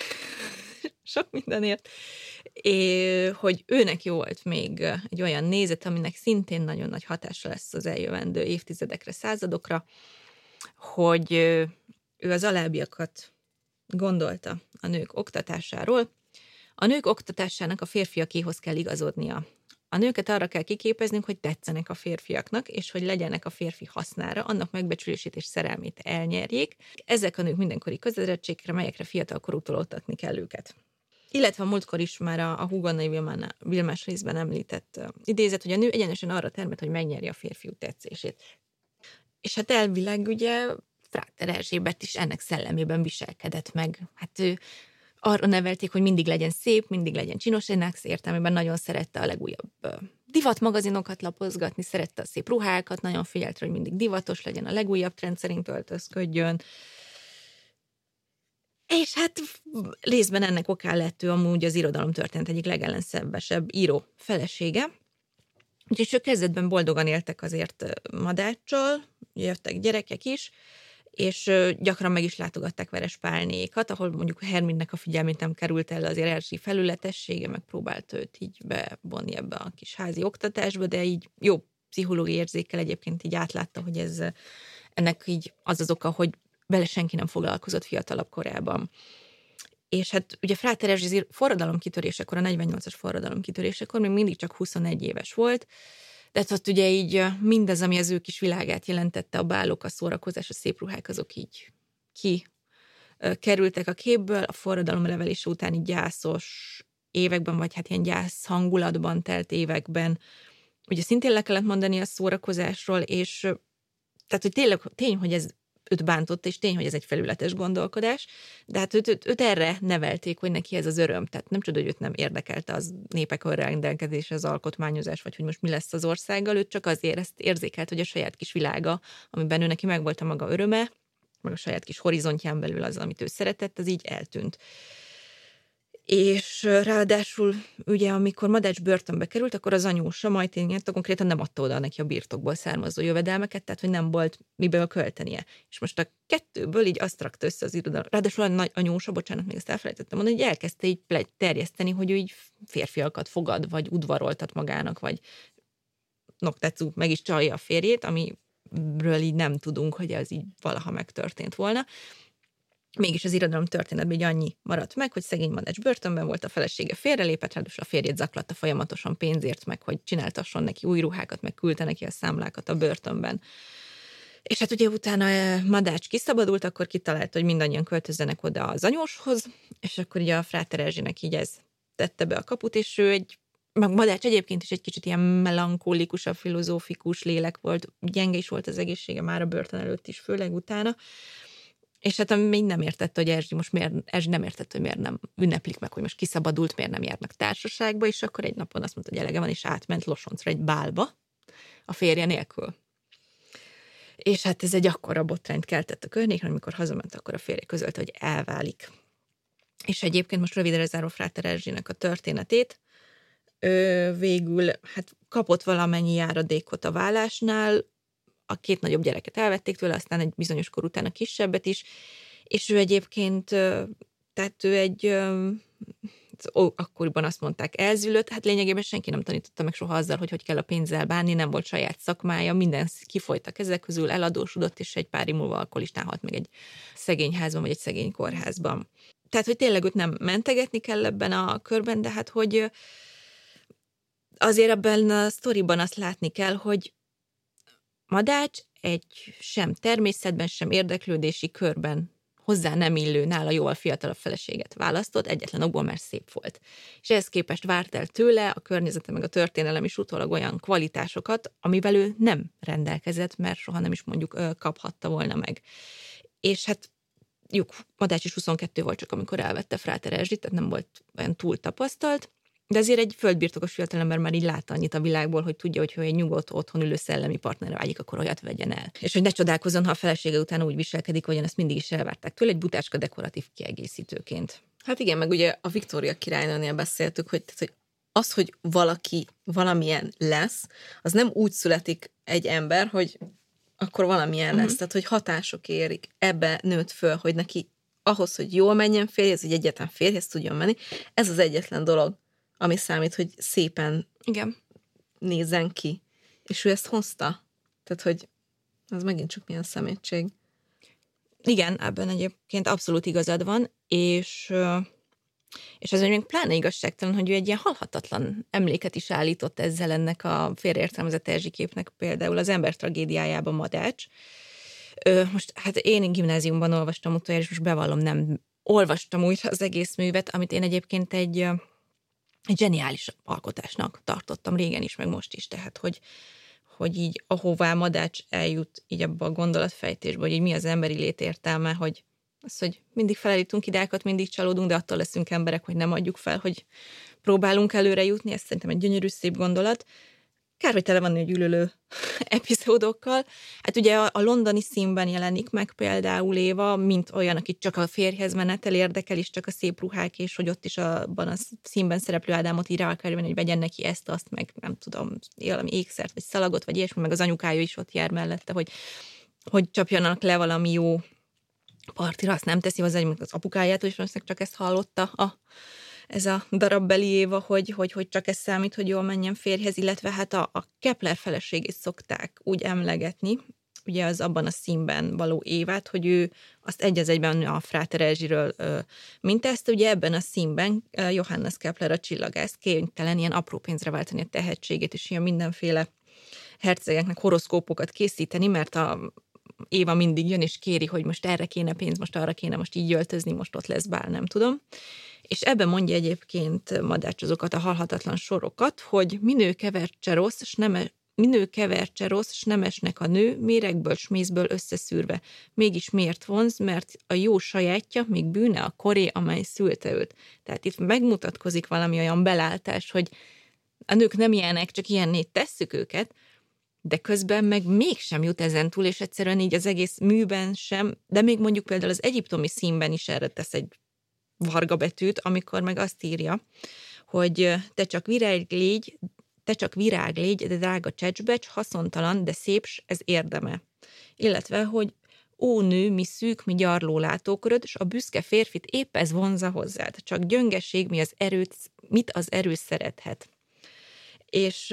S3: Sok mindenért. És hogy őnek jó volt még egy olyan nézet, aminek szintén nagyon nagy hatása lesz az eljövendő évtizedekre, századokra, hogy ő az alábbiakat gondolta a nők oktatásáról. A nők oktatásának a férfiakéhoz kell igazodnia. A nőket arra kell kiképeznünk, hogy tetszenek a férfiaknak, és hogy legyenek a férfi hasznára, annak megbecsülését és szerelmét elnyerjék. Ezek a nők mindenkori kötelezettségekre, melyekre fiatalkorútól oktatni kell őket. Illetve a múltkor is már a, a Hugonnai Vilmás részben említett uh, idézet, hogy a nő egyenesen arra termett, hogy megnyerje a férfiú tetszését. És hát elvileg ugye Fráter Erzsébet is ennek szellemében viselkedett meg. Hát ő arra nevelték, hogy mindig legyen szép, mindig legyen csinos, ennek értelmében nagyon szerette a legújabb divatmagazinokat lapozgatni, szerette a szép ruhákat, nagyon figyelte, hogy mindig divatos legyen, a legújabb trend szerint öltözködjön. És hát részben ennek okán lett ő amúgy az irodalom történet egyik legellenszenvesebb író felesége. Úgyhogy ők kezdetben boldogan éltek azért Madáccsal, jöttek gyerekek is, és gyakran meg is látogatták Verespálnékat, ahol mondjuk Herminnek a figyelmét nem került el azért Erzsi felületessége, meg próbált őt így bevonni ebbe a kis házi oktatásba, de így jó pszichológiai érzékkel egyébként így átlátta, hogy ez ennek így az az oka, hogy vele senki nem foglalkozott fiatalabb korában. És hát ugye Fráter Erzsi forradalom kitörésekor, a negyvennyolcas forradalom kitörésekor még mindig csak huszonegy éves volt, de ott ugye így mindaz, ami az ő kis világát jelentette, a bálok, a szórakozás, a szép ruhák, azok így ki kerültek a képből, a forradalom levelése utáni gyászos években, vagy hát ilyen gyász hangulatban telt években, ugye szintén le kellett mondani a szórakozásról, és tehát, hogy tényleg tény, hogy ez őt bántotta, és tény, hogy ez egy felületes gondolkodás, de hát őt, őt, őt erre nevelték, hogy neki ez az öröm. Tehát nem csoda, hogy őt nem érdekelte az népek önrendelkezése, az alkotmányozás, vagy hogy most mi lesz az országgal, őt csak azért ezt érzékelt, hogy a saját kis világa, amiben ő neki megvolt a maga öröme, meg a saját kis horizontján belül az, amit ő szeretett, az így eltűnt. És ráadásul ugye, amikor Madács börtönbe került, akkor az anyósa majd tényleg konkrétan nem adta oda neki a birtokból származó jövedelmeket, tehát hogy nem volt miből költenie. És most a kettőből így azt rakta össze az irodalom. Ráadásul a nagy anyósa, bocsánat, még ezt elfelejtettem mondani, hogy elkezdte így terjeszteni, hogy ő így férfiakat fogad, vagy udvaroltat magának, vagy Noktetsu meg is csalja a férjét, amiről így nem tudunk, hogy ez így valaha megtörtént volna. Mégis az irodalom történetben így annyi maradt meg, hogy szegény Madács börtönben volt, a felesége félrelépett, ráadásul a férjét zaklatta folyamatosan pénzért, meg hogy csináltasson neki új ruhákat, meg küldte neki a számlákat a börtönben. És hát ugye utána Madács kiszabadult, akkor kitalálta, hogy mindannyian költözzenek oda az anyóshoz, és akkor ugye a Fráter Erzsinek így ez tette be a kaput, és ő egy, meg Madács egyébként is egy kicsit ilyen melankólikusabb, filozófikus lélek volt, gyenge is volt az egészsége már a börtön előtt is, főleg utána. És hát még nem értette, hogy Erzsi most miért, Erzsi nem értette, hogy miért nem ünneplik meg, hogy most kiszabadult, miért nem járnak társaságba, és akkor egy napon azt mondta, hogy elege van, és átment Losoncra egy bálba a férje nélkül. És hát ez egy akkora botrányt keltett a környéken, amikor hazament, akkor a férje közölte, hogy elválik. És egyébként most rövidre záró Fráter Erzsinek a történetét, ő végül hát kapott valamennyi járadékot a vállásnál, a két nagyobb gyereket elvették tőle, aztán egy bizonyos kor után a kisebbet is, és ő egyébként, tehát ő egy, akkoriban azt mondták, elzülött, hát lényegében senki nem tanította meg soha azzal, hogy hogy kell a pénzzel bánni, nem volt saját szakmája, minden kifolytak ezek közül, eladósodott, és egy pár év múlva alkoholistán halt meg egy szegény házban, vagy egy szegény kórházban. Tehát, hogy tényleg őt nem mentegetni kell ebben a körben, de hát, hogy azért ebben a sztoriban azt látni kell, hogy Madács egy sem természetben, sem érdeklődési körben hozzá nem illő, nála jóval fiatalabb feleséget választott, egyetlen okból, mert szép volt. És ehhez képest várt el tőle a környezete meg a történelem is utólag olyan kvalitásokat, amivel ő nem rendelkezett, mert soha nem is mondjuk kaphatta volna meg. És hát juk, Madács is huszonkettő volt csak, amikor elvette Fráter Erzsit, tehát nem volt olyan túl tapasztalt, de azért egy földbirtokos fiatalember már így lát annyit a világból, hogy tudja, hogy ha egy nyugodt, otthon ülő szellemi partnerre vágyik, akkor olyat vegyen el. És hogy ne csodálkozzon, ha a felesége után úgy viselkedik, hogy ezt mindig is elvárták tőle, egy butácska dekoratív kiegészítőként.
S4: Hát igen, meg ugye a Viktória királynőnél beszéltük, hogy, tehát, hogy az, hogy valaki valamilyen lesz, az nem úgy születik egy ember, hogy akkor valamilyen uh-huh. lesz. Tehát, hogy hatások érik. Ebbe nőtt föl, hogy neki ahhoz, hogy jól menjen férjhez, hogy egyetlen férjhez tudjon menni, ez az egyetlen dolog, ami számít, hogy szépen
S3: igen.
S4: nézzen ki. És ő ezt hozta. Tehát, hogy az megint csak milyen szemétség.
S3: Igen, ebben egyébként abszolút igazad van, és, és ez még pláne igazságtalan, hogy ő egy ilyen halhatatlan emléket is állított ezzel ennek a félreértelmezett Erzsi képnek, például az Ember tragédiájában Madács. Most hát én gimnáziumban olvastam utoljára, és most bevallom, nem olvastam újra az egész művet, amit én egyébként egy egy zseniális alkotásnak tartottam régen is, meg most is, tehát, hogy, hogy így ahová Madács eljut így abba a gondolatfejtésbe, hogy így mi az emberi lét értelme, hogy az, hogy mindig felállítunk ideákat, mindig csalódunk, de attól leszünk emberek, hogy nem adjuk fel, hogy próbálunk előre jutni, ez szerintem egy gyönyörű, szép gondolat. Kár, hogy tele van egy gyűlölő epizódokkal. Hát ugye a, a londoni színben jelenik meg például Éva, mint olyan, akit csak a férjhez menetel érdekel, és csak a szép ruhák, és hogy ott is abban a színben szereplő Ádámot így rá akar venni, hogy vegyen neki ezt, azt, meg nem tudom, valami ékszert, vagy szalagot, vagy ilyesmi, meg az anyukája is ott jár mellette, hogy hogy csapjanak le valami jó partira, azt nem teszi hozzá, hogy az apukájától is valószínűleg csak ezt hallotta a, ez a darabbeli Éva, hogy, hogy, hogy csak ez számít, hogy jól menjen férjhez, illetve hát a, a Kepler feleségét szokták úgy emlegetni, ugye az abban a színben való Évát, hogy ő azt egy az egyben a Fráter Erzsiről mintázta, ugye ebben a színben Johannes Kepler a csillagász kénytelen ilyen apró pénzre váltani a tehetségét, és ilyen mindenféle hercegeknek horoszkópokat készíteni, mert a Éva mindig jön és kéri, hogy most erre kéne pénz, most arra kéne, most így öltözni, most ott lesz bál, nem tudom. És ebben mondja egyébként Madácsozókat a halhatatlan sorokat, hogy minő kevertse rossz, s nem minő kevertse rossz, s nem esnek a nő, méregből, s mézből összeszűrve. Mégis miért vonz, mert a jó sajátja, még bűne a koré, amely szülte őt. Tehát itt megmutatkozik valami olyan belátás, hogy a nők nem ilyenek, csak ilyenné tesszük őket, de közben meg mégsem jut ezen túl, és egyszerűen így az egész műben sem, de még mondjuk például az egyiptomi színben is erre tesz egy varga betűt, amikor meg azt írja, hogy te csak virág légy, te csak virág légy, de drága csecsbecs, haszontalan, de szép, ez érdeme. Illetve, hogy ó nő, mi szűk, mi gyarló látóköröd, és a büszke férfit épp ez vonza hozzád. Csak gyöngeség, mi az erőt, mit az erő szerethet. És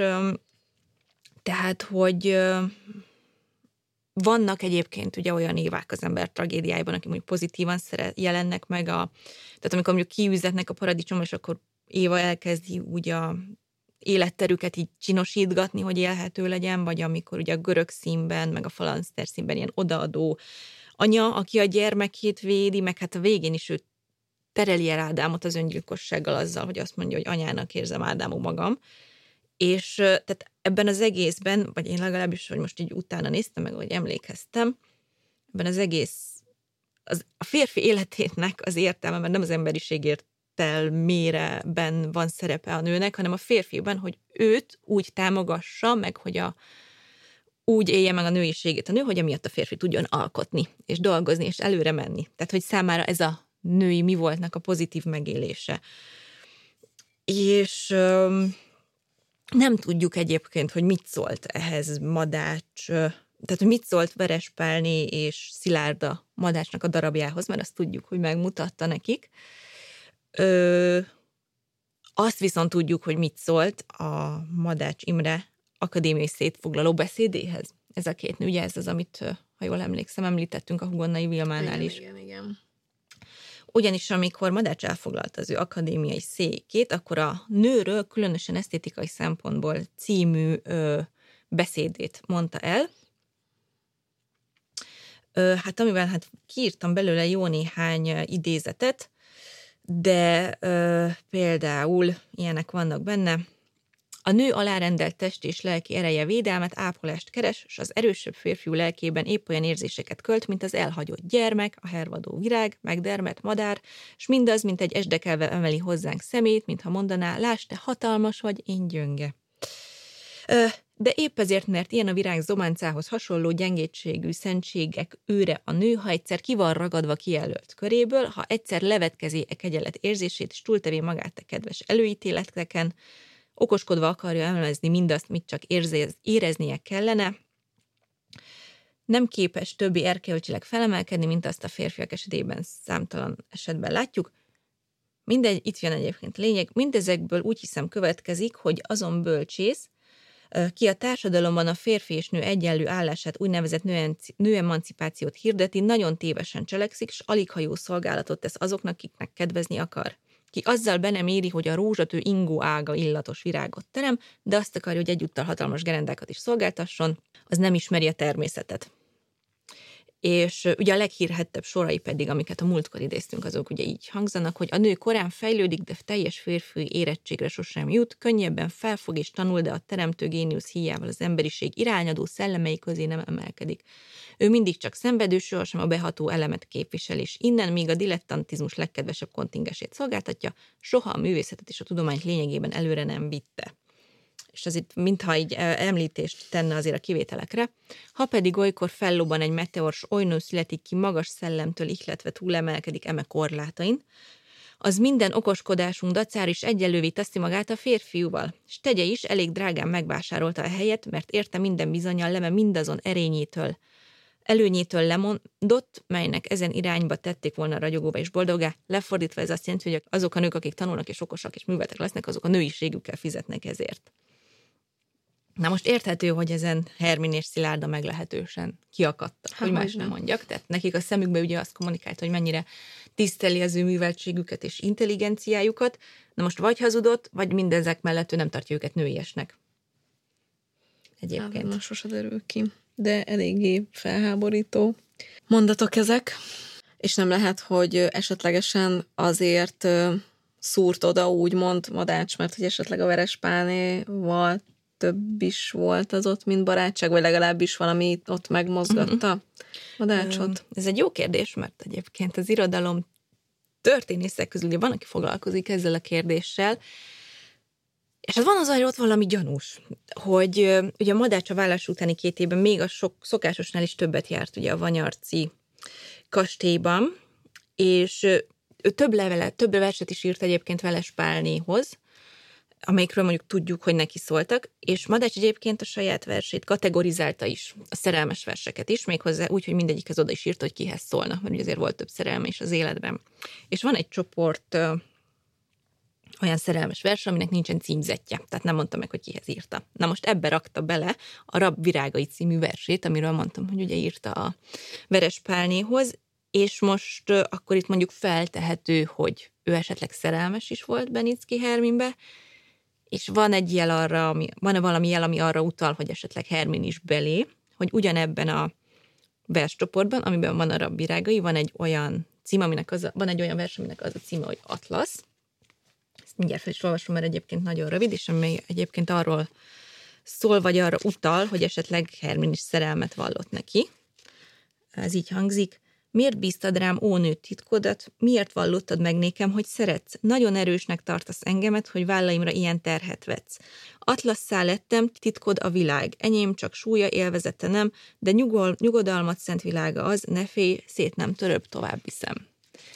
S3: tehát, hogy vannak egyébként ugye olyan évák az ember tragédiájában, akik mondjuk pozitívan szeret, jelennek meg, a, tehát amikor mondjuk kiüzetnek a paradicsom, és akkor Éva elkezdi úgy a életterüket így csinosítgatni, hogy élhető legyen, vagy amikor ugye a görög színben, meg a falanszter színben ilyen odaadó anya, aki a gyermekét védi, meg hát a végén is ő tereli el Ádámot az öngyilkossággal azzal, hogy azt mondja, hogy anyának érzem Ádámú magam. És tehát ebben az egészben, vagy én legalábbis, hogy most így utána néztem meg, hogy emlékeztem, ebben az egész, az, a férfi életének az értelme, mert nem az emberiségért méreben van szerepe a nőnek, hanem a férfiban, hogy őt úgy támogassa, meg hogy a, úgy élje meg a nőiségét a nő, hogy emiatt a férfi tudjon alkotni, és dolgozni, és előre menni. Tehát, hogy számára ez a női mi voltnak a pozitív megélése. És öm, nem tudjuk egyébként, hogy mit szólt ehhez Madács, tehát, hogy mit szólt Verespálné és Szilárda Madácsnak a darabjához, mert azt tudjuk, hogy megmutatta nekik. Ö, azt viszont tudjuk, hogy mit szólt a Madács Imre akadémiai szétfoglaló beszédéhez. Ez a két nő, ugye ez az, amit, ha jól emlékszem, említettünk a Hugonnai Vilmánál is.
S4: Igen, igen.
S3: Ugyanis amikor Madács elfoglalta az ő akadémiai székét, akkor a Nőről különösen esztétikai szempontból című ö, beszédét mondta el. Ö, hát amivel hát kiírtam belőle jó néhány idézetet, de ö, például ilyenek vannak benne. A nő alárendelt test és lelki ereje védelmet, ápolást keres, és az erősebb férfiú lelkében épp olyan érzéseket költ, mint az elhagyott gyermek, a hervadó virág, megdermet madár, és mindaz, mint egy esdekelve emeli hozzánk szemét, mintha mondaná, lásd, te hatalmas vagy, én gyönge. Ö, de épp ezért, mert ilyen a virág zománcához hasonló gyengétségű szentségek őre a nő, ha egyszer ki van ragadva kijelölt köréből, ha egyszer levetkezi e kegyelet érzését, és túltevé magát a kedves előítéleteken, okoskodva akarja elemezni mindazt, mit csak érzéz, éreznie kellene, nem képes többi erkölcsileg felemelkedni, mint azt a férfiak esetében számtalan esetben látjuk. Mindegy, itt jön egyébként lényeg, mindezekből úgy hiszem következik, hogy azon bölcsész, ki a társadalomban a férfi és nő egyenlő állását, úgynevezett nőemancipációt hirdeti, nagyon tévesen cselekszik, és alig ha jó szolgálatot tesz azoknak, akiknek kedvezni akar. Ki azzal be nem éri, hogy a rózsatő ingó ága illatos virágot terem, de azt akarja, hogy egyúttal hatalmas gerendákat is szolgáltasson, az nem ismeri a természetet. És ugye a leghírhettebb sorai pedig, amiket a múltkor idéztünk, azok ugye így hangzanak, hogy a nő korán fejlődik, de teljes férfi érettségre sosem jut, könnyebben felfog és tanul, de a teremtő géniusz híjával az emberiség irányadó szellemei közé nem emelkedik. Ő mindig csak szenvedő, sohasem a beható elemet képvisel, és innen, míg a dilettantizmus legkedvesebb kontingensét szolgáltatja, soha a művészetet és a tudományt lényegében előre nem vitte. És az itt mintha így említést tenne azért a kivételekre. Ha pedig olykor fellobban egy meteors, olynő születik ki magas szellemtől ihletve túlemelkedik eme korlátain, az minden okoskodásunk dacára is egyenlővé teszi magát a férfiúval, és tegye is, elég drágán megvásárolta a helyet, mert érte minden bizonnyal leme mindazon erényétől előnyétől lemondott, melynek ezen irányba tették volna ragyogóvá és boldoggá. Lefordítva ez azt jelenti, hogy azok a nők, akik tanulnak és okosak és műveltek lesznek, azok a nőiségükkel fizetnek ezért. Na most érthető, hogy ezen Hermin és Szilárda meglehetősen kiakadtak, hát, hogy más nem mondjak. Tehát nekik a szemükbe ugye azt kommunikálta, hogy mennyire tiszteli az ő műveltségüket és intelligenciájukat. Na most vagy hazudott, vagy mindezek mellett ő nem tartja őket nőiesnek. Egyébként.
S4: Hát, sose derül ki. De eléggé felháborító mondatok ezek. És nem lehet, hogy esetlegesen azért szúrt oda úgymond Madács, mert hogy esetleg a Verespálnéval több is volt az ott, mint barátság, vagy legalábbis valami ott megmozgatta uh-huh. Madácsot?
S3: Ez egy jó kérdés, mert egyébként az irodalom történészek közül van, aki foglalkozik ezzel a kérdéssel, és hát van az, hogy ott valami gyanús, hogy ugye a Madács a vállás utáni két évben még a sok szokásosnál is többet járt ugye a Vanyarci kastélyban, és ő több levelet, több verset is írt egyébként Verespálnéhoz, amelyikről mondjuk tudjuk, hogy neki szóltak, és Madács egyébként a saját versét kategorizálta is, a szerelmes verseket is, méghozzá úgy, hogy mindegyikhez oda is írta, hogy kihez szólnak, mert ugye azért volt több szerelme is az életben. És van egy csoport ö, olyan szerelmes vers, aminek nincsen címzetje, tehát nem mondta meg, hogy kihez írta. Na most ebbe rakta bele a Rab virágai című versét, amiről mondtam, hogy ugye írta a Verespálnéhoz, és most ö, akkor itt mondjuk feltehető, hogy ő esetleg szerelmes is volt Benicki Herminbe, és van egy jel arra, ami, van-e valami jel, ami arra utal, hogy esetleg Hermin is belé, hogy ugyanebben a verscsoportban, amiben van a Rab virágai, van egy olyan cím, aminek az a, van egy olyan vers, aminek az a címe, hogy Atlasz. Ezt mindjárt fel is olvasom, mert egyébként nagyon rövid, és ami egyébként arról szól, vagy arra utal, hogy esetleg Hermin is szerelmet vallott neki. Ez így hangzik. Miért bíztad rám, ó nő, titkodat? Miért vallottad meg nékem, hogy szeretsz? Nagyon erősnek tartasz engemet, hogy vállaimra ilyen terhet vetsz. Atlasszá lettem, titkod a világ. Enyém csak súlya, élvezete nem, de nyugol, nyugodalmat szent világa az, ne félj, szét nem töröbb, tovább viszem.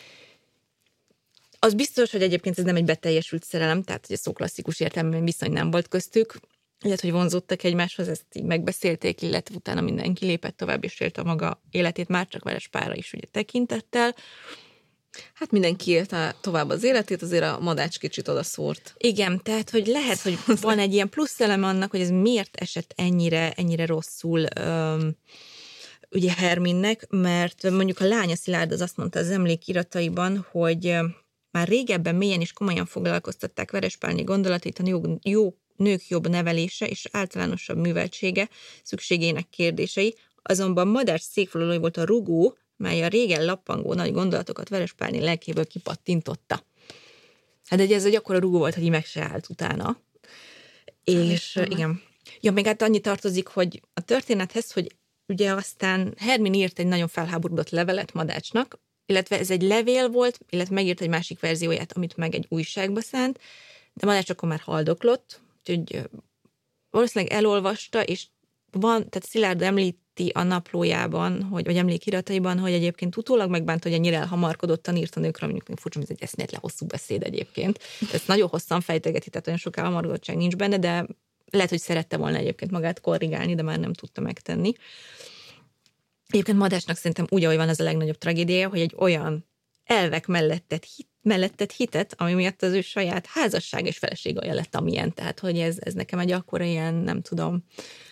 S3: Az biztos, hogy egyébként ez nem egy beteljesült szerelem, tehát hogy a szó klasszikus értelemben viszony nem volt köztük. Lehet, hogy vonzottak egymáshoz, ezt így megbeszélték, illetve utána mindenki lépett tovább, és élte a maga életét, már csak Verespálra is ugye tekintettel.
S4: Hát mindenki élte tovább az életét, azért a Madács kicsit odaszúrt.
S3: Igen, tehát, hogy lehet, hogy van egy ilyen plusz eleme annak, hogy ez miért esett ennyire, ennyire rosszul öm, ugye Herminnek, mert mondjuk a lánya Szilárd az azt mondta az emlékirataiban, hogy már régebben mélyen és komolyan foglalkoztatták Verespálné gondolatait a jó, jó nők jobb nevelése és általánosabb műveltsége szükségének kérdései, azonban Madács székfoglalói volt a rugó, mely a régen lappangó nagy gondolatokat Verespálné lelkéből kipattintotta. Hát de ez egy akkora rugó volt, hogy így meg se állt utána. És uh, igen. Ja, még hát annyi tartozik, hogy a történethez, hogy ugye aztán Hermin írt egy nagyon felháborodott levelet Madácsnak, illetve ez egy levél volt, illetve megírt egy másik verzióját, amit meg egy újságba szánt, de Madács akkor már haldoklott, úgyhogy valószínűleg elolvasta, és van, tehát Szilárd említi a naplójában, hogy, vagy emlékirataiban, hogy egyébként utólag megbánt, hogy ennyire elhamarkodottan írt a nőkről, mondjuk furcsa, ez egy eszméletlen hosszú beszéd egyébként. Ezt nagyon hosszan fejtegeti, tehát olyan sok elhamarkodottság nincs benne, de lehet, hogy szerette volna egyébként magát korrigálni, de már nem tudta megtenni. Egyébként Madácsnak szerintem úgy, ahogy van, az a legnagyobb tragédiája, hogy egy olyan elvek mellettet hit, mellettet hitet, ami miatt az ő saját házasság és feleség olyan lett, amilyen. Tehát, hogy ez, ez nekem egy akkora ilyen, nem tudom,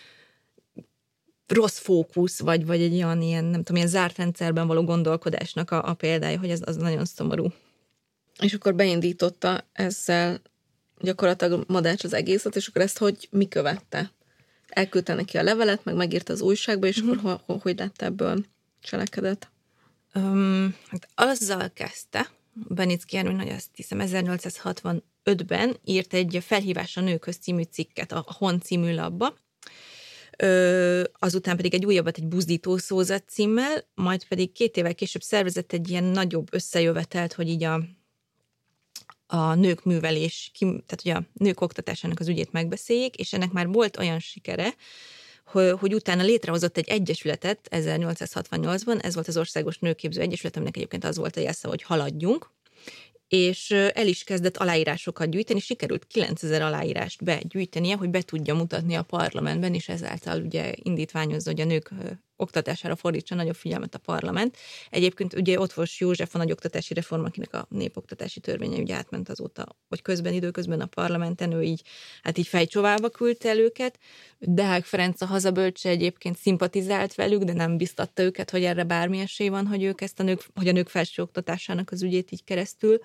S3: rossz fókusz, vagy, vagy egy olyan ilyen, nem tudom, ilyen zárt rendszerben való gondolkodásnak a, a példája, hogy ez az nagyon szomorú.
S4: És akkor beindította ezzel gyakorlatilag Madács az egészet, és akkor ezt hogy mi követte? Elküldte neki a levelet, meg megírta az újságba, és mm-hmm. akkor ho- hogy lett ebből cselekedet?
S3: Um, hát azzal kezdte, Benicki Hermin, hogy azt hiszem ezernyolcszázhatvanötben írt egy Felhívás a nőkhöz című cikket a Hon című labba, Ö, azután pedig egy újabbat, egy Buzdító szózat címmel, majd pedig két évvel később szervezett egy ilyen nagyobb összejövetelt, hogy így a, a nők művelés, tehát ugye a nők oktatásának az ügyét megbeszéljék, és ennek már volt olyan sikere, hogy, hogy utána létrehozott egy egyesületet ezernyolcszázhatvannyolcban, ez volt az Országos Nőképző Egyesület, aminek egyébként az volt a jelszava, hogy haladjunk, és el is kezdett aláírásokat gyűjteni, sikerült kilencezer aláírást begyűjtenie, hogy be tudja mutatni a parlamentben, és ezáltal ugye indítványozza, hogy a nők oktatására fordítsa nagyobb figyelmet a parlament. Egyébként ugye Otthos József a nagy oktatási reform, akinek a népoktatási törvénye ugye átment azóta, vagy közben, időközben a parlamenten, ő így, hát így fejcsóvába küldte el őket. Deák Ferenc a hazabölcse egyébként szimpatizált velük, de nem biztatta őket, hogy erre bármi esély van, hogy ők ezt a nők, hogy a nők felsőoktatásának az ügyét így keresztül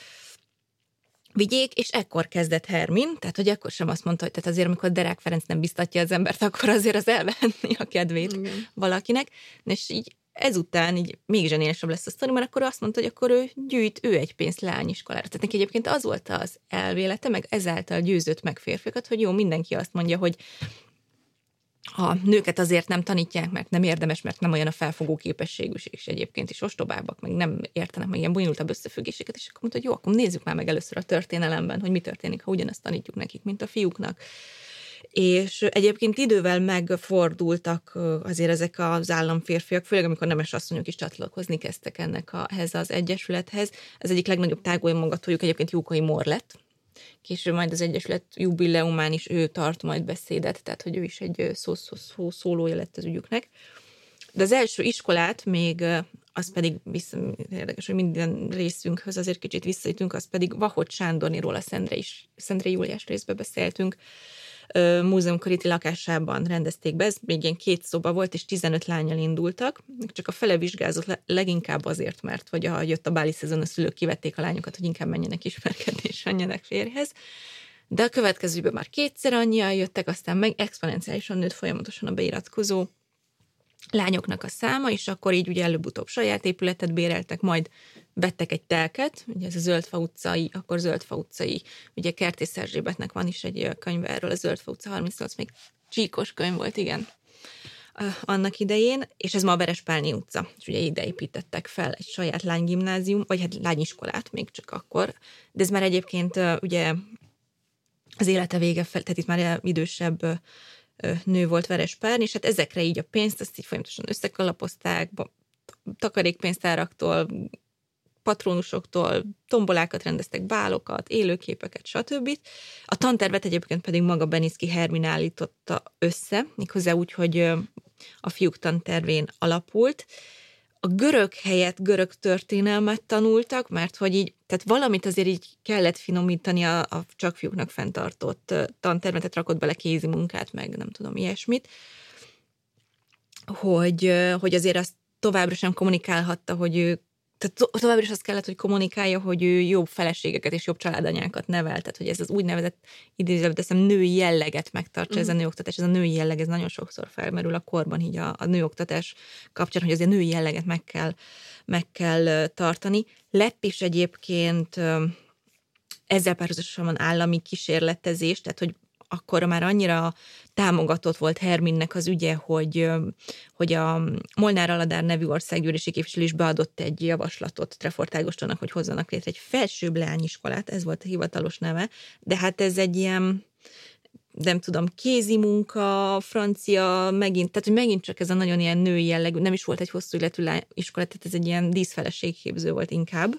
S3: vigyék, és ekkor kezdett Hermin, tehát hogy ekkor sem azt mondta, hogy tehát azért, amikor Deák Ferenc nem biztatja az embert, akkor azért az elvehetni a kedvét igen. valakinek, és így ezután így még zsenélesebb lesz a sztori, mert akkor azt mondta, hogy akkor ő gyűjt ő egy pénzt leányiskolára. Tehát neki egyébként az volt az elvélete, meg ezáltal győzött meg férfiakat, hogy jó, mindenki azt mondja, hogy a nőket azért nem tanítják, mert nem érdemes, mert nem olyan a felfogó képességük, és egyébként is ostobábbak, meg nem értenek meg ilyen bonyolultabb összefüggéseket, és akkor mondta, hogy jó, akkor nézzük már meg először a történelemben, hogy mi történik, ha ugyanazt tanítjuk nekik, mint a fiúknak. És egyébként idővel megfordultak azért ezek az államférfiak, főleg amikor nemes asszonyok is csatlakozni kezdtek ennek a, ehhez az egyesülethez. Ez egyik legnagyobb tágolyomogatójuk egyébként Jókai Mór lett. Később majd az Egyesület jubileumán is ő tart majd beszédet, tehát hogy ő is egy szó, szó, szó, szólója lett az ügyüknek. De az első iskolát még, az pedig vissza, érdekes, hogy minden részünkhöz azért kicsit visszajutunk, az pedig Vahot Sándorniról, a Szendre, is, Szendre Júliás részbe beszéltünk. Múzeumkörüti lakásában rendezték be, ez még ilyen két szoba volt, és tizenöt lánnyal indultak, csak a fele vizsgázott leginkább azért, mert hogy a, jött a báli szezon, a szülők kivették a lányokat, hogy inkább menjenek ismerkedni, és menjenek férjhez. De a következőben már kétszer annyian jöttek, aztán meg exponenciálisan nőtt folyamatosan a beiratkozó lányoknak a száma, és akkor így ugye előbb-utóbb saját épületet béreltek, majd vettek egy telket, ugye ez a Zöldfa utcai, akkor Zöldfa utcai, ugye Kertész Erzsébetnek van is egy könyve erről, a Zöldfa utca harmincnyolc, még csíkos könyv volt, igen, annak idején, és ez ma a Verespálni utca, és ugye ide építettek fel egy saját lánygimnázium, vagy hát lányiskolát még csak akkor, de ez már egyébként ugye az élete vége fel, tehát itt már idősebb nő volt Verespárni, és hát ezekre így a pénzt, azt így folyamatosan összekalapozták, takarékpénztáraktól, patronusoktól, tombolákat rendeztek, bálokat, élőképeket, stb. A tantervet egyébként pedig maga Benicki Hermin állította össze, méghozzá úgy, hogy a fiúk tantervén alapult. A görög helyett görög történelmet tanultak, mert hogy így, tehát valamit azért így kellett finomítani a, a csak fiúknak fenntartott tantervet, tehát rakott bele kézi munkát, meg nem tudom, ilyesmit, hogy, hogy azért azt továbbra sem kommunikálhatta, hogy ő, tehát to- továbbra is azt kellett, hogy kommunikálja, hogy ő jobb feleségeket és jobb családanyákat nevel, tehát hogy ez az úgynevezett idézőben teszem női jelleget megtartsa uh-huh. ez a nőoktatás, ez a női jelleg, ez nagyon sokszor felmerül a korban így a, a nőoktatás kapcsán, hogy azért a női jelleget meg kell, meg kell tartani. Lett is egyébként ezzel párhuzamosan állami kísérletezés, tehát hogy akkor már annyira támogatott volt Herminnek az ügye, hogy, hogy a Molnár Aladár nevű országgyűlési képviselő is beadott egy javaslatot Trefort Ágostonnak, hogy hozzanak létre egy felsőbb leányiskolát, ez volt a hivatalos neve, de hát ez egy ilyen, nem tudom, kézi munka, francia, megint, tehát hogy megint csak ez a nagyon ilyen női jellegű, nem is volt egy hosszú életű iskola, tehát ez egy ilyen díszfeleségképző volt inkább.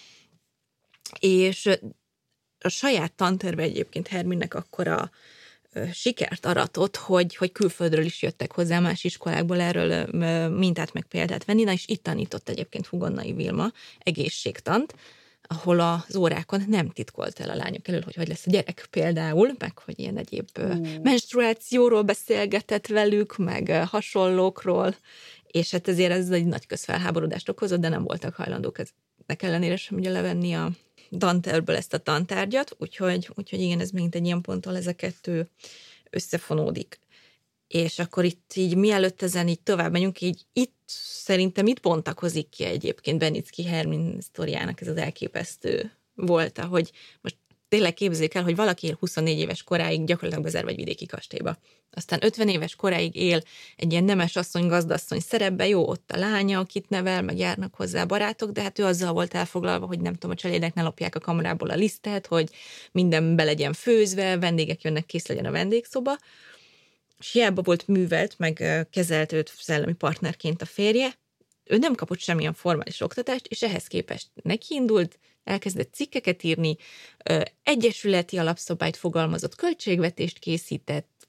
S3: És a saját tanterve egyébként Herminnek akkora ö, sikert aratott, hogy, hogy külföldről is jöttek hozzá más iskolákból erről ö, mintát meg példát venni, na és itt tanított egyébként Hugonnai Vilma egészségtant, ahol az órákon nem titkolt el a lányok elől, hogy hogy lesz a gyerek például, meg hogy ilyen egyéb uh. menstruációról beszélgetett velük, meg hasonlókról, és hát ezért ez egy nagy közfelháborodást okozott, de nem voltak hajlandók eznek ellenére sem ugye levenni a tantervből ezt a tantárgyat, úgyhogy, úgyhogy igen, ez megint egy ilyen ponttól ez a kettő összefonódik. És akkor itt így mielőtt ezen így tovább menjünk, így itt szerintem itt bontakozik ki egyébként Benicki Hermin sztoriának ez az elképesztő volt, hogy most tényleg képzeljük el, hogy valaki él huszonnégy éves koráig gyakorlatilag bezárva egy vidéki kastélyba. Aztán ötven éves koráig él egy ilyen nemes asszony, gazdasszony szerepbe, jó, ott a lánya, akit nevel, meg járnak hozzá barátok, de hát ő azzal volt elfoglalva, hogy nem tudom, a cselédek ne lopják a kamerából a lisztet, hogy minden be legyen főzve, vendégek jönnek, kész legyen a vendégszoba. És hiába volt művelt, meg kezelt őt szellemi partnerként a férje, ő nem kapott semmilyen formális oktatást, és ehhez képest nekiindult, elkezdett cikkeket írni, egyesületi alapszabályt fogalmazott, költségvetést készített,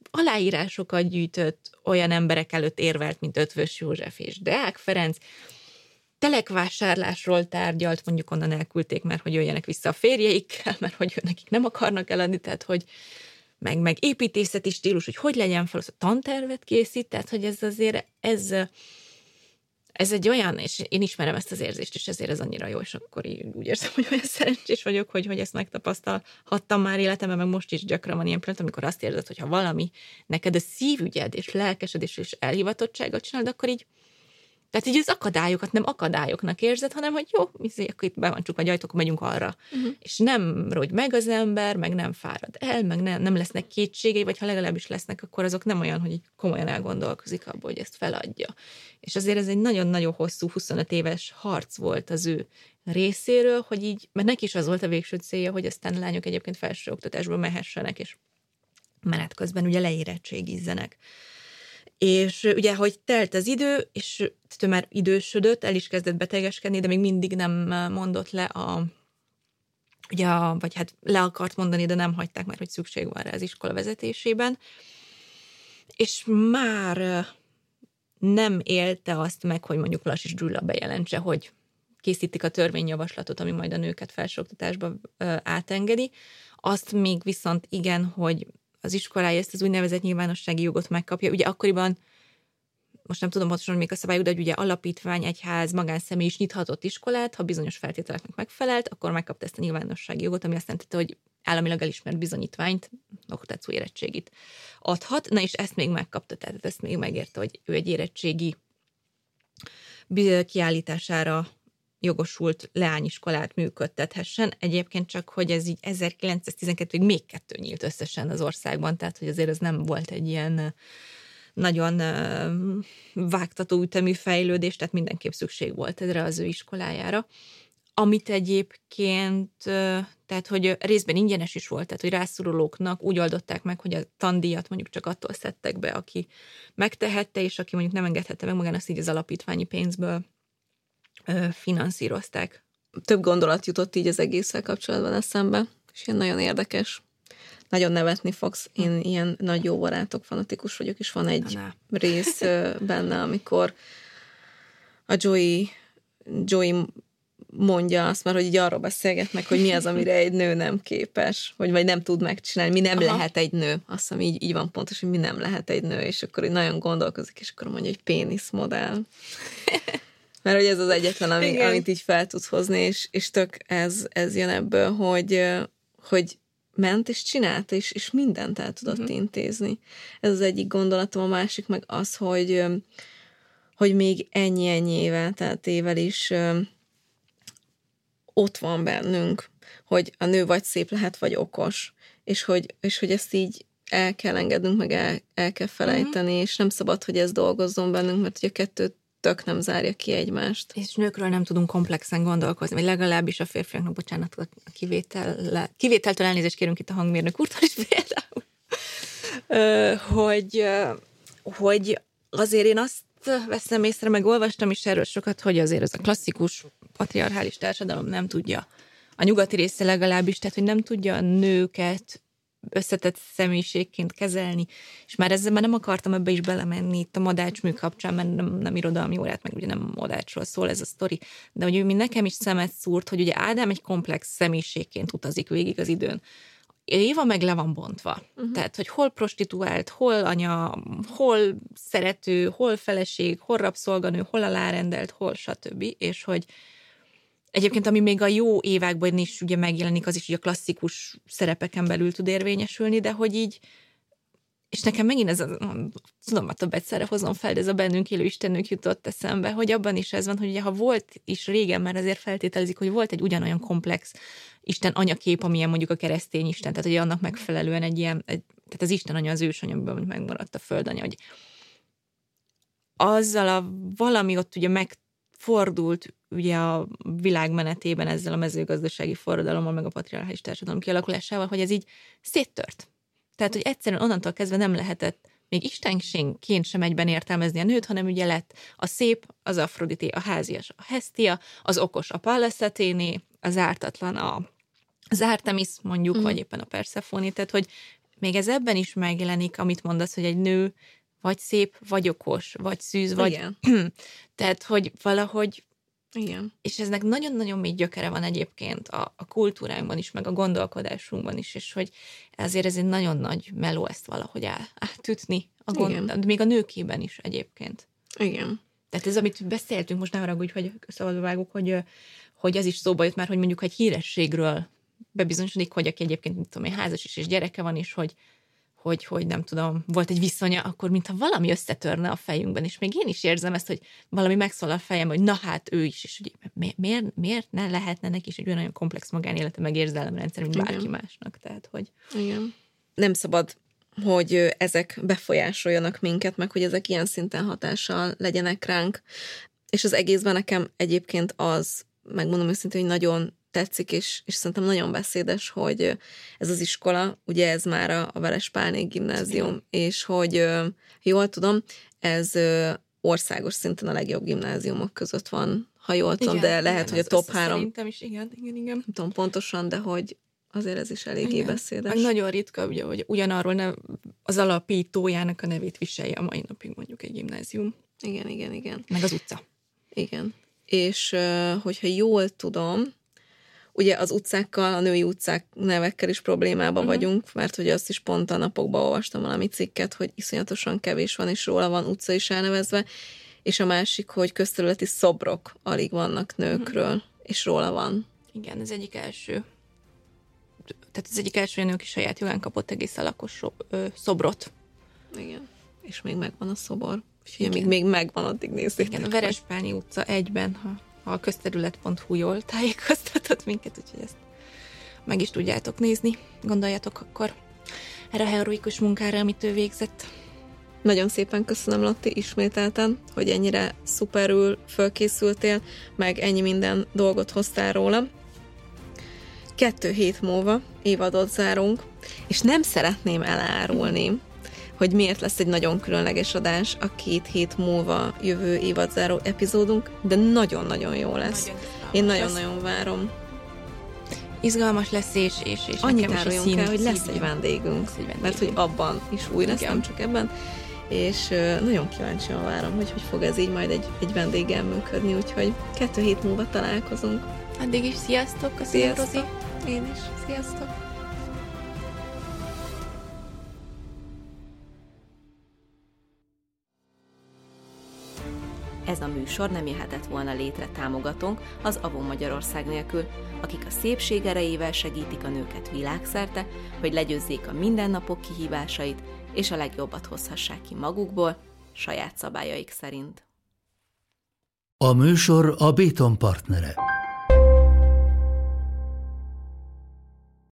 S3: aláírásokat gyűjtött, olyan emberek előtt érvelt, mint Ötvös József és Deák Ferenc, telekvásárlásról tárgyalt, mondjuk onnan elküldték, mert hogy jöjjenek vissza a férjeikkel, mert hogy nekik nem akarnak eladni, tehát hogy meg, meg építészeti stílus, hogy hogy legyen fel, az a tantervet készít, tehát hogy ez azért, ez, ez egy olyan, és én ismerem ezt az érzést, és ezért ez annyira jó, és akkor így úgy érzem, hogy olyan szerencsés vagyok, hogy, hogy ezt megtapasztalhattam már életemben, meg most is gyakran van ilyen pillanat, amikor azt érzed, hogy ha valami neked a szívügyed, és lelkesedés, és elhivatottságot csinálod, akkor így tehát így az akadályokat nem akadályoknak érzed, hanem hogy jó, akkor itt be van csukva, vagy ajtók, megyünk arra. Uh-huh. És nem rogy meg az ember, meg nem fárad el, meg nem, nem lesznek kétségei, vagy ha legalábbis lesznek, akkor azok nem olyan, hogy így komolyan elgondolkozik abból, hogy ezt feladja. És azért ez egy nagyon-nagyon hosszú, huszonöt éves harc volt az ő részéről, hogy így, mert neki is az volt a végső célja, hogy aztán a lányok egyébként felsőoktatásba mehessenek, és menet közben ugye leérettségizzenek. És ugye, hogy telt az idő, és ő már idősödött, el is kezdett betegeskedni, de még mindig nem mondott le a, ugye a, vagy hát le akart mondani, de nem hagyták, mert hogy szükség van rá az iskola vezetésében. És már nem élte azt meg, hogy mondjuk Lassits Gyula bejelentse, hogy készítik a törvényjavaslatot, ami majd a nőket felsőoktatásba átengedi. Azt még viszont igen, hogy az iskolája ezt az úgynevezett nyilvánossági jogot megkapja. Ugye akkoriban, most nem tudom pontosan, hogy még a szabályok, de ugye alapítvány, egyház, magánszemély is nyithatott iskolát, ha bizonyos feltételeknek megfelelt, akkor megkapta ezt a nyilvánossági jogot, ami azt jelenti, hogy államilag elismert bizonyítványt, oktató érettségit adhat. Na és ezt még megkapta, tehát ezt még megérte, hogy ő egy érettségi kiállítására jogosult leányiskolát működtethessen. Egyébként csak, hogy ez így ezerkilencszáztizenkettőig még kettő nyílt összesen az országban, tehát hogy azért ez nem volt egy ilyen nagyon vágtató ütemű fejlődés, tehát mindenképp szükség volt erre az ő iskolájára. Amit egyébként, tehát hogy részben ingyenes is volt, tehát hogy rászorulóknak úgy oldották meg, hogy a tandíjat mondjuk csak attól szedtek be, aki megtehette, és aki mondjuk nem engedhette meg magán, azt így az alapítványi pénzből finanszírozták.
S4: Több gondolat jutott így az egésszel kapcsolatban eszembe, és ilyen nagyon érdekes. Nagyon nevetni fogsz. Én hm. ilyen nagy jó barátok fanatikus vagyok, és van egy Na. rész benne, amikor a Joey, Joey mondja azt már, hogy így arról beszélgetnek, hogy mi az, amire egy nő nem képes, vagy, vagy nem tud megcsinálni, mi nem Aha. lehet egy nő. Azt hiszem, így, így van pontos, hogy mi nem lehet egy nő, és akkor így nagyon gondolkozik, és akkor mondja, hogy péniszmodell. Mert hogy ez az egyetlen, ami, amit így fel tud hozni, és, és tök ez, ez jön ebből, hogy, hogy ment és csinálta, és, és mindent el tudott uh-huh. intézni. Ez az egyik gondolatom, a másik meg az, hogy, hogy még ennyi-ennyi éve, tehát ével is ott van bennünk, hogy a nő vagy szép lehet, vagy okos, és hogy, és hogy ezt így el kell engednünk, meg el, el kell felejteni, uh-huh. és nem szabad, hogy ez dolgozzon bennünk, mert ugye a kettőt tök nem zárja ki egymást.
S3: És nőkről nem tudunk komplexen gondolkozni, vagy legalábbis a férfiaknak, bocsánat, a kivétel, kivételtől elnézést kérünk itt a hangmérnök úrtól is például, hogy, hogy azért én azt veszem észre, meg olvastam is erről sokat, hogy azért ez a klasszikus patriarchális társadalom nem tudja, a nyugati része legalábbis, tehát hogy nem tudja a nőket összetett személyiségként kezelni, és már ezzel már nem akartam ebbe is belemenni itt a Madács mű kapcsán, mert nem, nem irodalmi órát, meg ugye nem Madácsról szól ez a sztori, de hogy ő mind nekem is szemet szúrt, hogy ugye Ádám egy komplex személyiségként utazik végig az időn. Éva meg le van bontva. Uh-huh. Tehát, hogy hol prostituált, hol anya, hol szerető, hol feleség, hol rabszolganő, hol alárendelt, hol stb. És hogy egyébként, ami még a jó évákban is ugye megjelenik, az is ugye a klasszikus szerepeken belül tud érvényesülni, de hogy így, és nekem megint ez a, tudom, hogy több egyszerre hozom fel, de ez a bennünk élő istennők jutott eszembe, hogy abban is ez van, hogy ugye ha volt is régen, mert azért feltételezik, hogy volt egy ugyanolyan komplex Isten anyakép, amilyen mondjuk a keresztény Isten, tehát hogy annak megfelelően egy ilyen, egy, tehát az Isten anya az ősanya, amiben megmaradt a földanya, hogy azzal a valami ott ugye megfordult ugye a világmenetében ezzel a mezőgazdasági forradalommal, meg a patriarchális társadalom kialakulásával, hogy ez így széttört. Tehát, hogy egyszerűen onnantól kezdve nem lehetett még istenségként sem egyben értelmezni a nőt, hanem ugye lett a szép, az Afrodité, a házias, a Hesztia, az okos, a Pallas Athéné, az ártatlan, a, az Artemis mondjuk, mm. vagy éppen a Persephone, tehát, hogy még ez ebben is megjelenik, amit mondasz, hogy egy nő vagy szép, vagy okos, vagy szűz, vagy...
S4: Igen.
S3: Tehát, hogy valahogy...
S4: Igen.
S3: És eznek nagyon-nagyon mély gyökere van egyébként a, a kultúránkban is, meg a gondolkodásunkban is, és hogy ezért ez egy nagyon nagy meló ezt valahogy á, átütni, a gond, még a nőkében is egyébként.
S4: Igen.
S3: Tehát ez, amit beszéltünk, most nem haragudj, hogy szabadba vágok, hogy, hogy az is szóba jött már, hogy mondjuk egy hírességről bebizonyosodik, hogy aki egyébként, nem tudom én, házas is, és gyereke van is, hogy Hogy, hogy nem tudom, volt egy viszonya, akkor mintha valami összetörne a fejünkben, és még én is érzem ezt, hogy valami megszól a fejem, hogy na hát ő is, és hogy mi, miért, miért ne lehetne neki is egy olyan nagyon komplex magánélete, meg érzelemrendszer, mint bárki Igen. másnak. Tehát, hogy...
S4: Igen. Nem szabad, hogy ezek befolyásoljanak minket, meg hogy ezek ilyen szinten hatással legyenek ránk. És az egészben nekem egyébként az, megmondom őszintén, hogy nagyon tetszik, és, és szerintem nagyon beszédes, hogy ez az iskola, ugye ez már a, a Verespálné gimnázium, Igen. és hogy jól tudom, ez országos szinten a legjobb gimnáziumok között van, ha jól tudom, igen, de lehet, igen, hogy a top három.
S3: Szerintem is, igen, igen, igen.
S4: Nem tudom pontosan, de hogy azért ez is eléggé igen. beszédes.
S3: Meg nagyon ritka, ugye, hogy ugyanarról ne, az alapítójának a nevét viselje a mai napig mondjuk egy gimnázium.
S4: Igen, igen, igen.
S3: Meg az utca.
S4: Igen. És hogyha jól tudom, ugye az utcákkal, a női utcák nevekkel is problémában uh-huh. vagyunk, mert hogy azt is pont a napokban olvastam valami cikket, hogy iszonyatosan kevés van, és róla van utca is elnevezve, és a másik, hogy közterületi szobrok alig vannak nőkről, uh-huh. és róla van.
S3: Igen, ez egyik első. Tehát az egyik első nő, aki saját jogán kapott egész alakos so- ö, szobrot.
S4: Igen, és még megvan a szobor. És még, még megvan, addig nézzétek.
S3: Igen, a Verespálné utca egyben, ha a közterület pont hú jól tájékoztatott minket, úgyhogy ezt meg is tudjátok nézni. Gondoljatok akkor erre a heroikus munkára, amit ő végzett.
S4: Nagyon szépen köszönöm, Lotti, ismételten, hogy ennyire szuperül fölkészültél, meg ennyi minden dolgot hoztál róla. Kettő hét múlva évadot zárunk, és nem szeretném elárulni, hogy miért lesz egy nagyon különleges adás a két hét múlva jövő évadzáró epizódunk, de nagyon-nagyon jó lesz. Nagyon Én nagyon-nagyon várom.
S3: Izgalmas lesz, és, és, és
S4: annyit áruljunk el, hogy lesz egy vendégünk, lesz egy vendégünk, mert hogy abban is új lesz, nem csak ebben, és nagyon kíváncsian várom, hogy hogy fog ez így majd egy, egy vendéggel működni, úgyhogy kettő hét múlva találkozunk.
S3: Addig is sziasztok, köszönöm, Rozi.
S4: Én is, sziasztok.
S6: Ez a műsor nem jöhetett volna létre támogatónk, az Avon Magyarország nélkül, akik a szépség erejével segítik a nőket világszerte, hogy legyőzzék a mindennapok kihívásait, és a legjobbat hozhassák ki magukból, saját szabályaik szerint.
S1: A műsor a Béton partnere.